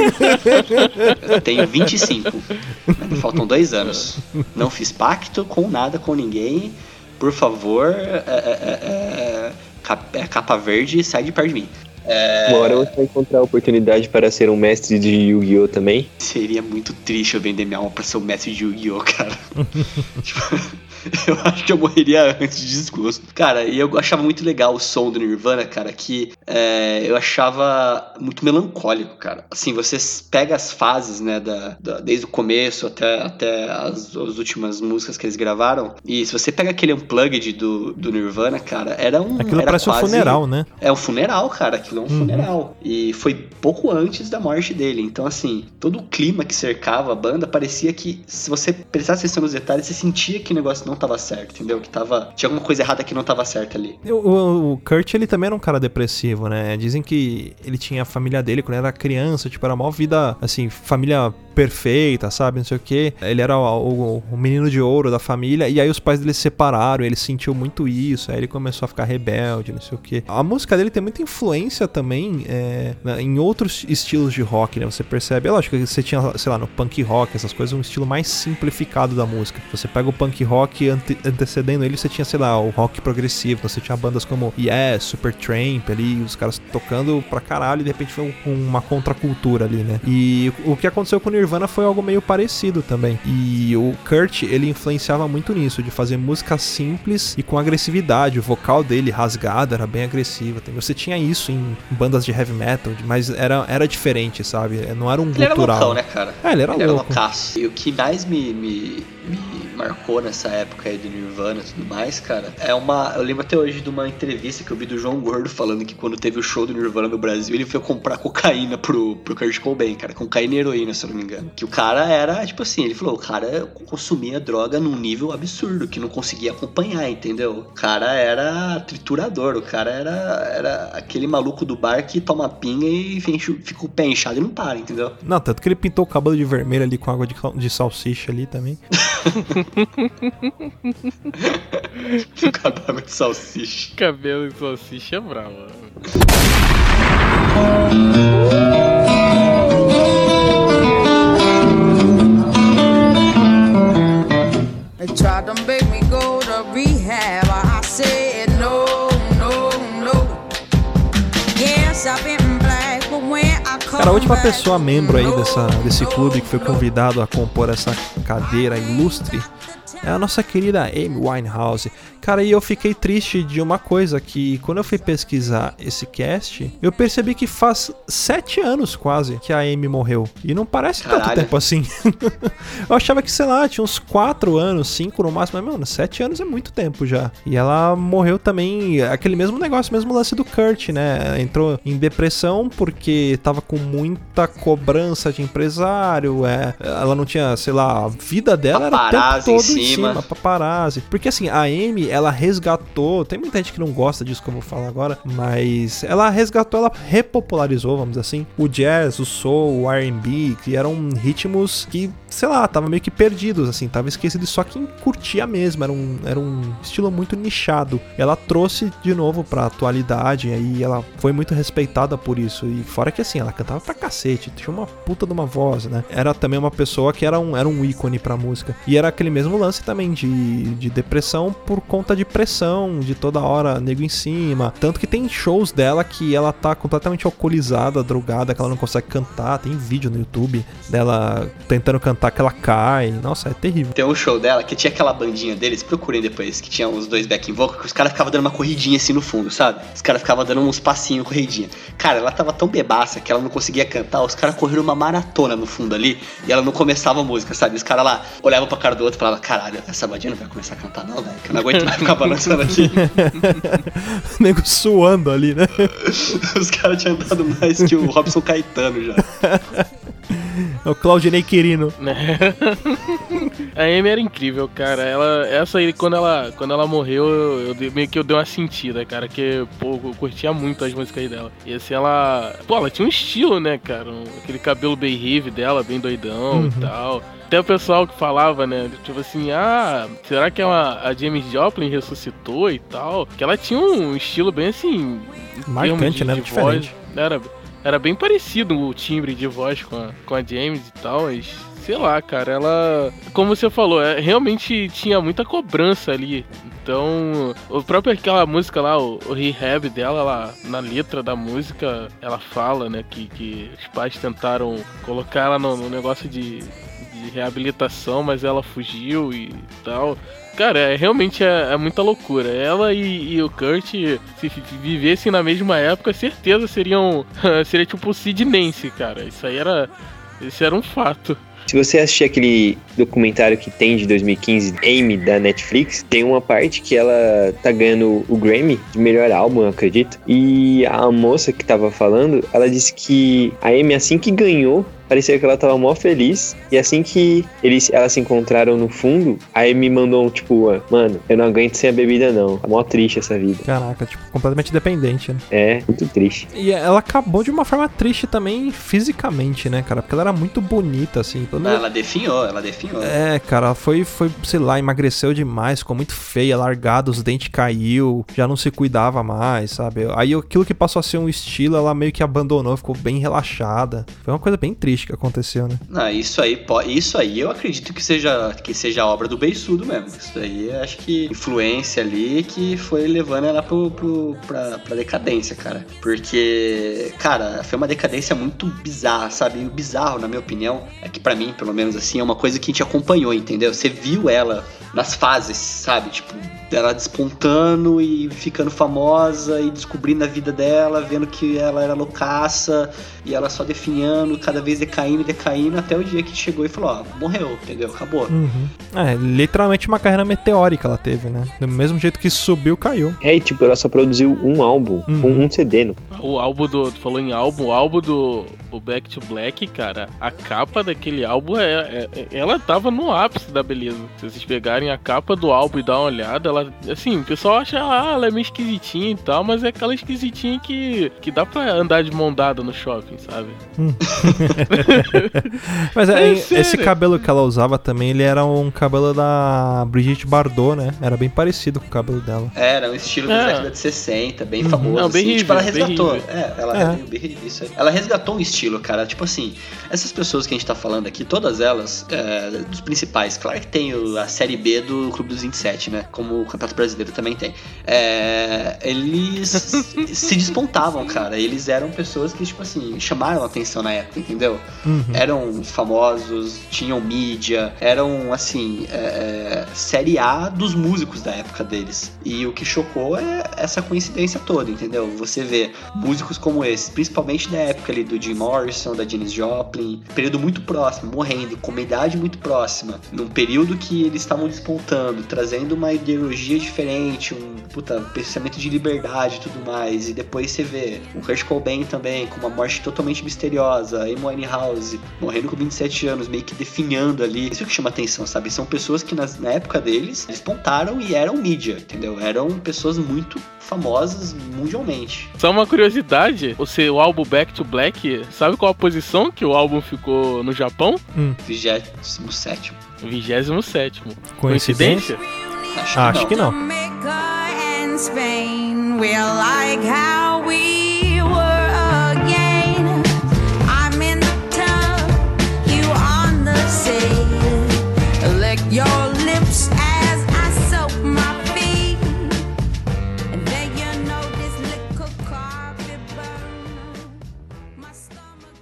Eu tenho vinte e cinco, me faltam dois anos. Não fiz pacto com nada, com ninguém. Por favor, é, é, é, é, capa verde, sai de perto de mim. É... Uma hora você vai encontrar a oportunidade para ser um mestre de Yu-Gi-Oh! Também. Seria muito triste eu vender minha alma pra ser um mestre de Yu-Gi-Oh! Cara. Tipo, eu acho que eu morreria antes de desgosto. Cara, e eu achava muito legal o som do Nirvana, cara, que é, eu achava muito melancólico, cara. Assim, você pega as fases, né, da, da, desde o começo até, até as, as últimas músicas que eles gravaram, e se você pega aquele unplugged do, do Nirvana, cara, era um... Aquilo era parece quase, um funeral, né? É um funeral, cara, aquilo é um uhum. funeral. E foi pouco antes da morte dele, então assim, todo o clima que cercava a banda parecia que, se você prestasse atenção nos detalhes, você sentia que o negócio não tava certo, entendeu? Que tava, tinha alguma coisa errada que não tava certa ali. O, o, o Kurt, ele também era um cara depressivo, né? Dizem que ele tinha a família dele quando era criança, tipo, era uma vida, assim, família perfeita, sabe, não sei o que. Ele era o, o, o menino de ouro da família, e aí os pais dele se separaram, ele sentiu muito isso, aí ele começou a ficar rebelde, não sei o que. A música dele tem muita influência também é, em outros estilos de rock, né, você percebe, é lógico que você tinha, sei lá, no punk rock, essas coisas, um estilo mais simplificado da música. Você pega o punk rock ante- antecedendo ele, você tinha, sei lá, o rock progressivo, então você tinha bandas como Yes, Supertramp ali, os caras tocando pra caralho, e de repente foi um, uma contracultura ali, né, e o que aconteceu com o Nirvana foi algo meio parecido também, e o Kurt, ele influenciava muito nisso, de fazer música simples e com agressividade, o vocal dele rasgado era bem agressivo, você tinha isso em bandas de heavy metal, mas era, era diferente, sabe, não era um ele gutural. Ele era loucão, né, cara? É, ele era ele louco. Era loucaço. E o que mais me, me, me marcou nessa época aí do Nirvana e tudo mais, cara, é uma... Eu lembro até hoje de uma entrevista que eu vi do João Gordo falando que quando teve o show do Nirvana no Brasil, ele foi comprar cocaína pro, pro Kurt Cobain, cara, cocaína e heroína, se eu não me engano. Que o cara era, tipo assim, ele falou, o cara consumia droga num nível absurdo, que não conseguia acompanhar, entendeu? O cara era triturador, o cara era, era aquele maluco do bar que toma pinga e fica o pé inchado e não para, entendeu? Não, tanto que ele pintou o cabelo de vermelho ali com água de, de salsicha ali também. Cabelo de salsicha. Cabelo de salsicha é bravo. They tried to make me go to rehab. I said no, no, no. Yes, I've been black, but when I come Cara, a última back, pessoa membro aí no, dessa, desse no, clube que foi no. convidado a compor essa cadeira ilustre é a nossa querida Amy Winehouse. Cara, e eu fiquei triste de uma coisa, que quando eu fui pesquisar esse cast, eu percebi que faz sete anos quase que a Amy morreu. E não parece Caralho. tanto tempo assim. Eu achava que, sei lá, tinha uns quatro anos, cinco no máximo. Mas, mano, sete anos é muito tempo já. E ela morreu também, aquele mesmo negócio, mesmo lance do Kurt, né? Entrou em depressão porque tava com muita cobrança de empresário. É, ela não tinha, sei lá, a vida dela era o tempo todo em cima, paparazzi. Porque assim, a Amy, ela resgatou, tem muita gente que não gosta disso que eu vou falar agora, mas ela resgatou, ela repopularizou, vamos dizer assim, o jazz, o soul, o R and B, que eram ritmos que, sei lá, tava meio que perdidos, assim, tava esquecido, só quem curtia mesmo, era um, era um estilo muito nichado. Ela trouxe de novo pra atualidade, e aí ela foi muito respeitada por isso, e fora que assim, ela cantava pra cacete, tinha uma puta de uma voz, né? Era também uma pessoa que era um, era um ícone pra música, e era aquele mesmo lance também de, de depressão por conta de pressão, de toda hora nego em cima, tanto que tem shows dela que ela tá completamente alcoolizada, drogada, que ela não consegue cantar, tem vídeo no YouTube dela tentando cantar que ela cai, nossa, é terrível. Tem um show dela que tinha aquela bandinha deles, procurem depois, que tinha os dois backing vocal, que os caras ficavam dando uma corridinha assim no fundo, sabe? Os caras ficavam dando uns passinhos, corridinha. Cara, ela tava tão bebaça que ela não conseguia cantar, os caras correram uma maratona no fundo ali, e ela não começava a música, sabe? Os caras lá olhavam pra cara do outro e falavam, caralho, essa bandinha não vai começar a cantar não, velho, que eu não aguento mais ficar balançando aqui. Nego suando ali, né? Os caras tinham andado mais que o Robson Caetano já. É o Claudinei Quirino. A Amy era incrível, cara. Ela, essa aí, quando ela, quando ela morreu, eu, eu dei- meio que eu dei uma sentida, cara. Que, pô, eu curtia muito as músicas dela. E assim, ela... Pô, ela tinha um estilo, né, cara? Um- aquele cabelo bem heavy dela, bem doidão Uhum. e tal. Até o pessoal que falava, né? Tipo assim, ah, será que é uma, a Janis Joplin ressuscitou e tal? Que ela tinha um estilo bem assim... em Marcante, termos de- né? de Diferente. voz. Era, era bem parecido o timbre de voz com a, com a James e tal, mas... Sei lá, cara, ela... Como você falou, é, realmente tinha muita cobrança ali. Então, o próprio aquela música lá, o, o Rehab dela, lá, na letra da música, ela fala, né, que, que os pais tentaram colocar ela no, no negócio de, de reabilitação, mas ela fugiu e tal. Cara, é, realmente é, é muita loucura. Ela e, e o Kurt, se f- vivessem na mesma época, certeza seriam... seria tipo o Sid Nancy, cara. Isso aí era... Isso era um fato. Se você assistir aquele documentário que tem de dois mil e quinze, Amy, da Netflix, tem uma parte que ela tá ganhando o Grammy de melhor álbum, eu acredito. E a moça que tava falando, ela disse que a Amy, assim que ganhou, parecia que ela tava mó feliz. E assim que eles, elas se encontraram no fundo, a Amy mandou um tipo, mano, eu não aguento sem a bebida não. Tá mó triste essa vida. Caraca, tipo, completamente dependente, né? É, muito triste. E ela acabou de uma forma triste também fisicamente, né, cara? Porque ela era muito bonita, assim. Não, ela definhou, ela definhou. É, cara, ela foi, foi, sei lá, emagreceu demais, ficou muito feia, largada, os dentes caiu, já não se cuidava mais, sabe? Aí aquilo que passou a ser um estilo, ela meio que abandonou, ficou bem relaxada. Foi uma coisa bem triste que aconteceu, né? Não, isso aí, isso aí eu acredito que seja, que seja obra do beiçudo mesmo. Isso aí acho que influência ali que foi levando ela pro, pro, pra, pra decadência, cara. Porque, cara, foi uma decadência muito bizarra, sabe? E o bizarro, na minha opinião, é que pra mim, pelo menos assim, é uma coisa que a gente acompanhou, entendeu? Você viu ela nas fases, sabe? Tipo, ela despontando e ficando famosa e descobrindo a vida dela, vendo que ela era loucaça e ela só definhando, cada vez decaindo e decaindo, até o dia que chegou e falou, ó, morreu, entendeu? Acabou. Uhum. É, literalmente uma carreira meteórica ela teve, né? Do mesmo jeito que subiu, caiu. É, e tipo, ela só produziu um álbum, uhum. um, um C D. No... O álbum do... Tu falou em álbum, o álbum do o Back to Black, cara, a capa daquele álbum, é, é, ela tava no ápice da beleza. Se vocês pegarem a capa do álbum e dar uma olhada, ela, assim, o pessoal acha, ah, ela é meio esquisitinha e tal, mas é aquela esquisitinha que, que dá pra andar de mão dada no shopping, sabe? Hum. Mas é, É esse sério. cabelo que ela usava também, ele era um cabelo da Brigitte Bardot, né? Era bem parecido com o cabelo dela. Era um estilo da É. década de sessenta, bem Uhum. famoso. Não, bem assim. Tipo, ela horrível, bem resgatou. horrível. É, ela, É. bem- isso aí. Ela resgatou um estilo, cara. Tipo assim, essas pessoas que a gente tá falando aqui, todas elas, é, dos principais, claro que tem o- a série B do Clube dos vinte e sete, né? Como o Campeonato Brasileiro também tem. É, eles se despontavam, cara. Eles eram pessoas que, tipo assim, chamaram a atenção na época, entendeu? Uhum. Eram famosos, tinham mídia, eram, assim, é, é, série A dos músicos da época deles. E o que chocou é essa coincidência toda, entendeu? Você vê músicos como esse, principalmente da época ali do Jim Morrison, da Janis Joplin, período muito próximo, morrendo, com uma idade muito próxima, num período que eles estavam despontando, trazendo uma ideologia diferente, um puta, pensamento de liberdade e tudo mais. E depois você vê o Kurt Cobain também, com uma morte totalmente misteriosa, Amy Winehouse, morrendo com vinte e sete anos, meio que definhando ali. Isso que chama atenção, sabe? São pessoas que nas, na época deles, despontaram e eram mídia, entendeu? Eram pessoas muito famosas mundialmente. Só uma curiosidade, o seu álbum Back to Black, sabe qual a posição que o álbum ficou no Japão? vigésimo sétimo. vigésimo sétimo. Coincidência? Acho que Acho não. que não. Jamaica and Spain, we're like how we were again. I'm in the tub, you on the sea. Lick your lips as I soak my feet. And then you know this liquor carpet burn. My stomach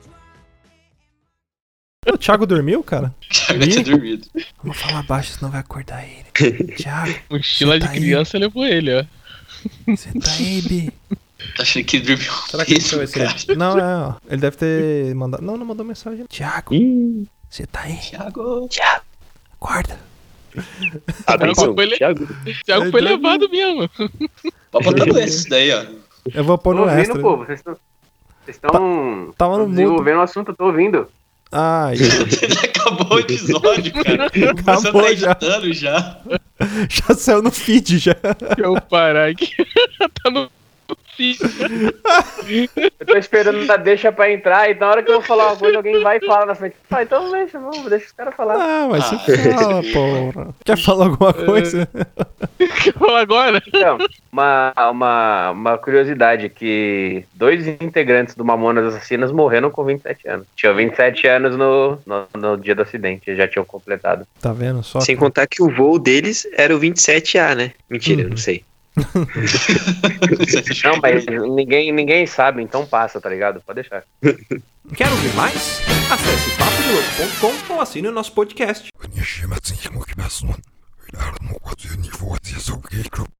dry. O Thiago dormiu, cara? Já tinha dormido. Vamos falar baixo, senão vai acordar ele. Thiago, Mochila Você de tá aí? criança levou ele, ó. você tá aí, Bi? Tá achando que dormiu Será que mesmo, ele vai cara? ser? Não, é, ó. Ele deve ter mandado. Não, não mandou mensagem. Thiago, Ih, você tá aí? Thiago. Acorda. atenção, Ele- Thiago. Thiago foi levado mesmo. Pode botar no esse daí, ó. Eu vou pôr Tô no ouvindo, extra. pô. Vocês estão. Vocês estão Tava no mudo. desenvolvendo o assunto, eu tô ouvindo. Ai, Acabou o episódio, cara. Você Acabou tá já. editando já. já saiu no feed já. Deixa eu parar aqui. Tá no feed. Eu tô esperando a deixa pra entrar e na hora que eu vou falar uma coisa, alguém vai e fala na frente. Ah, então deixa, vamos, deixa os caras falar. Ah, mas Ah. você fala, porra. Quer falar alguma coisa? Quer falar agora? Então, uma, uma, uma curiosidade, que dois integrantes do Mamonas Assassinas morreram com vinte e sete anos. Tinham vinte e sete anos no, no, no dia do acidente, já tinham completado. Tá vendo só? Sem contar que o voo deles era o vinte e sete A, né? Mentira, eu Uhum. não sei. Não, mas ninguém, ninguém sabe, então passa, tá ligado? Pode deixar. Quer ouvir mais? Acesse papo de louco ponto com ou assine o nosso podcast.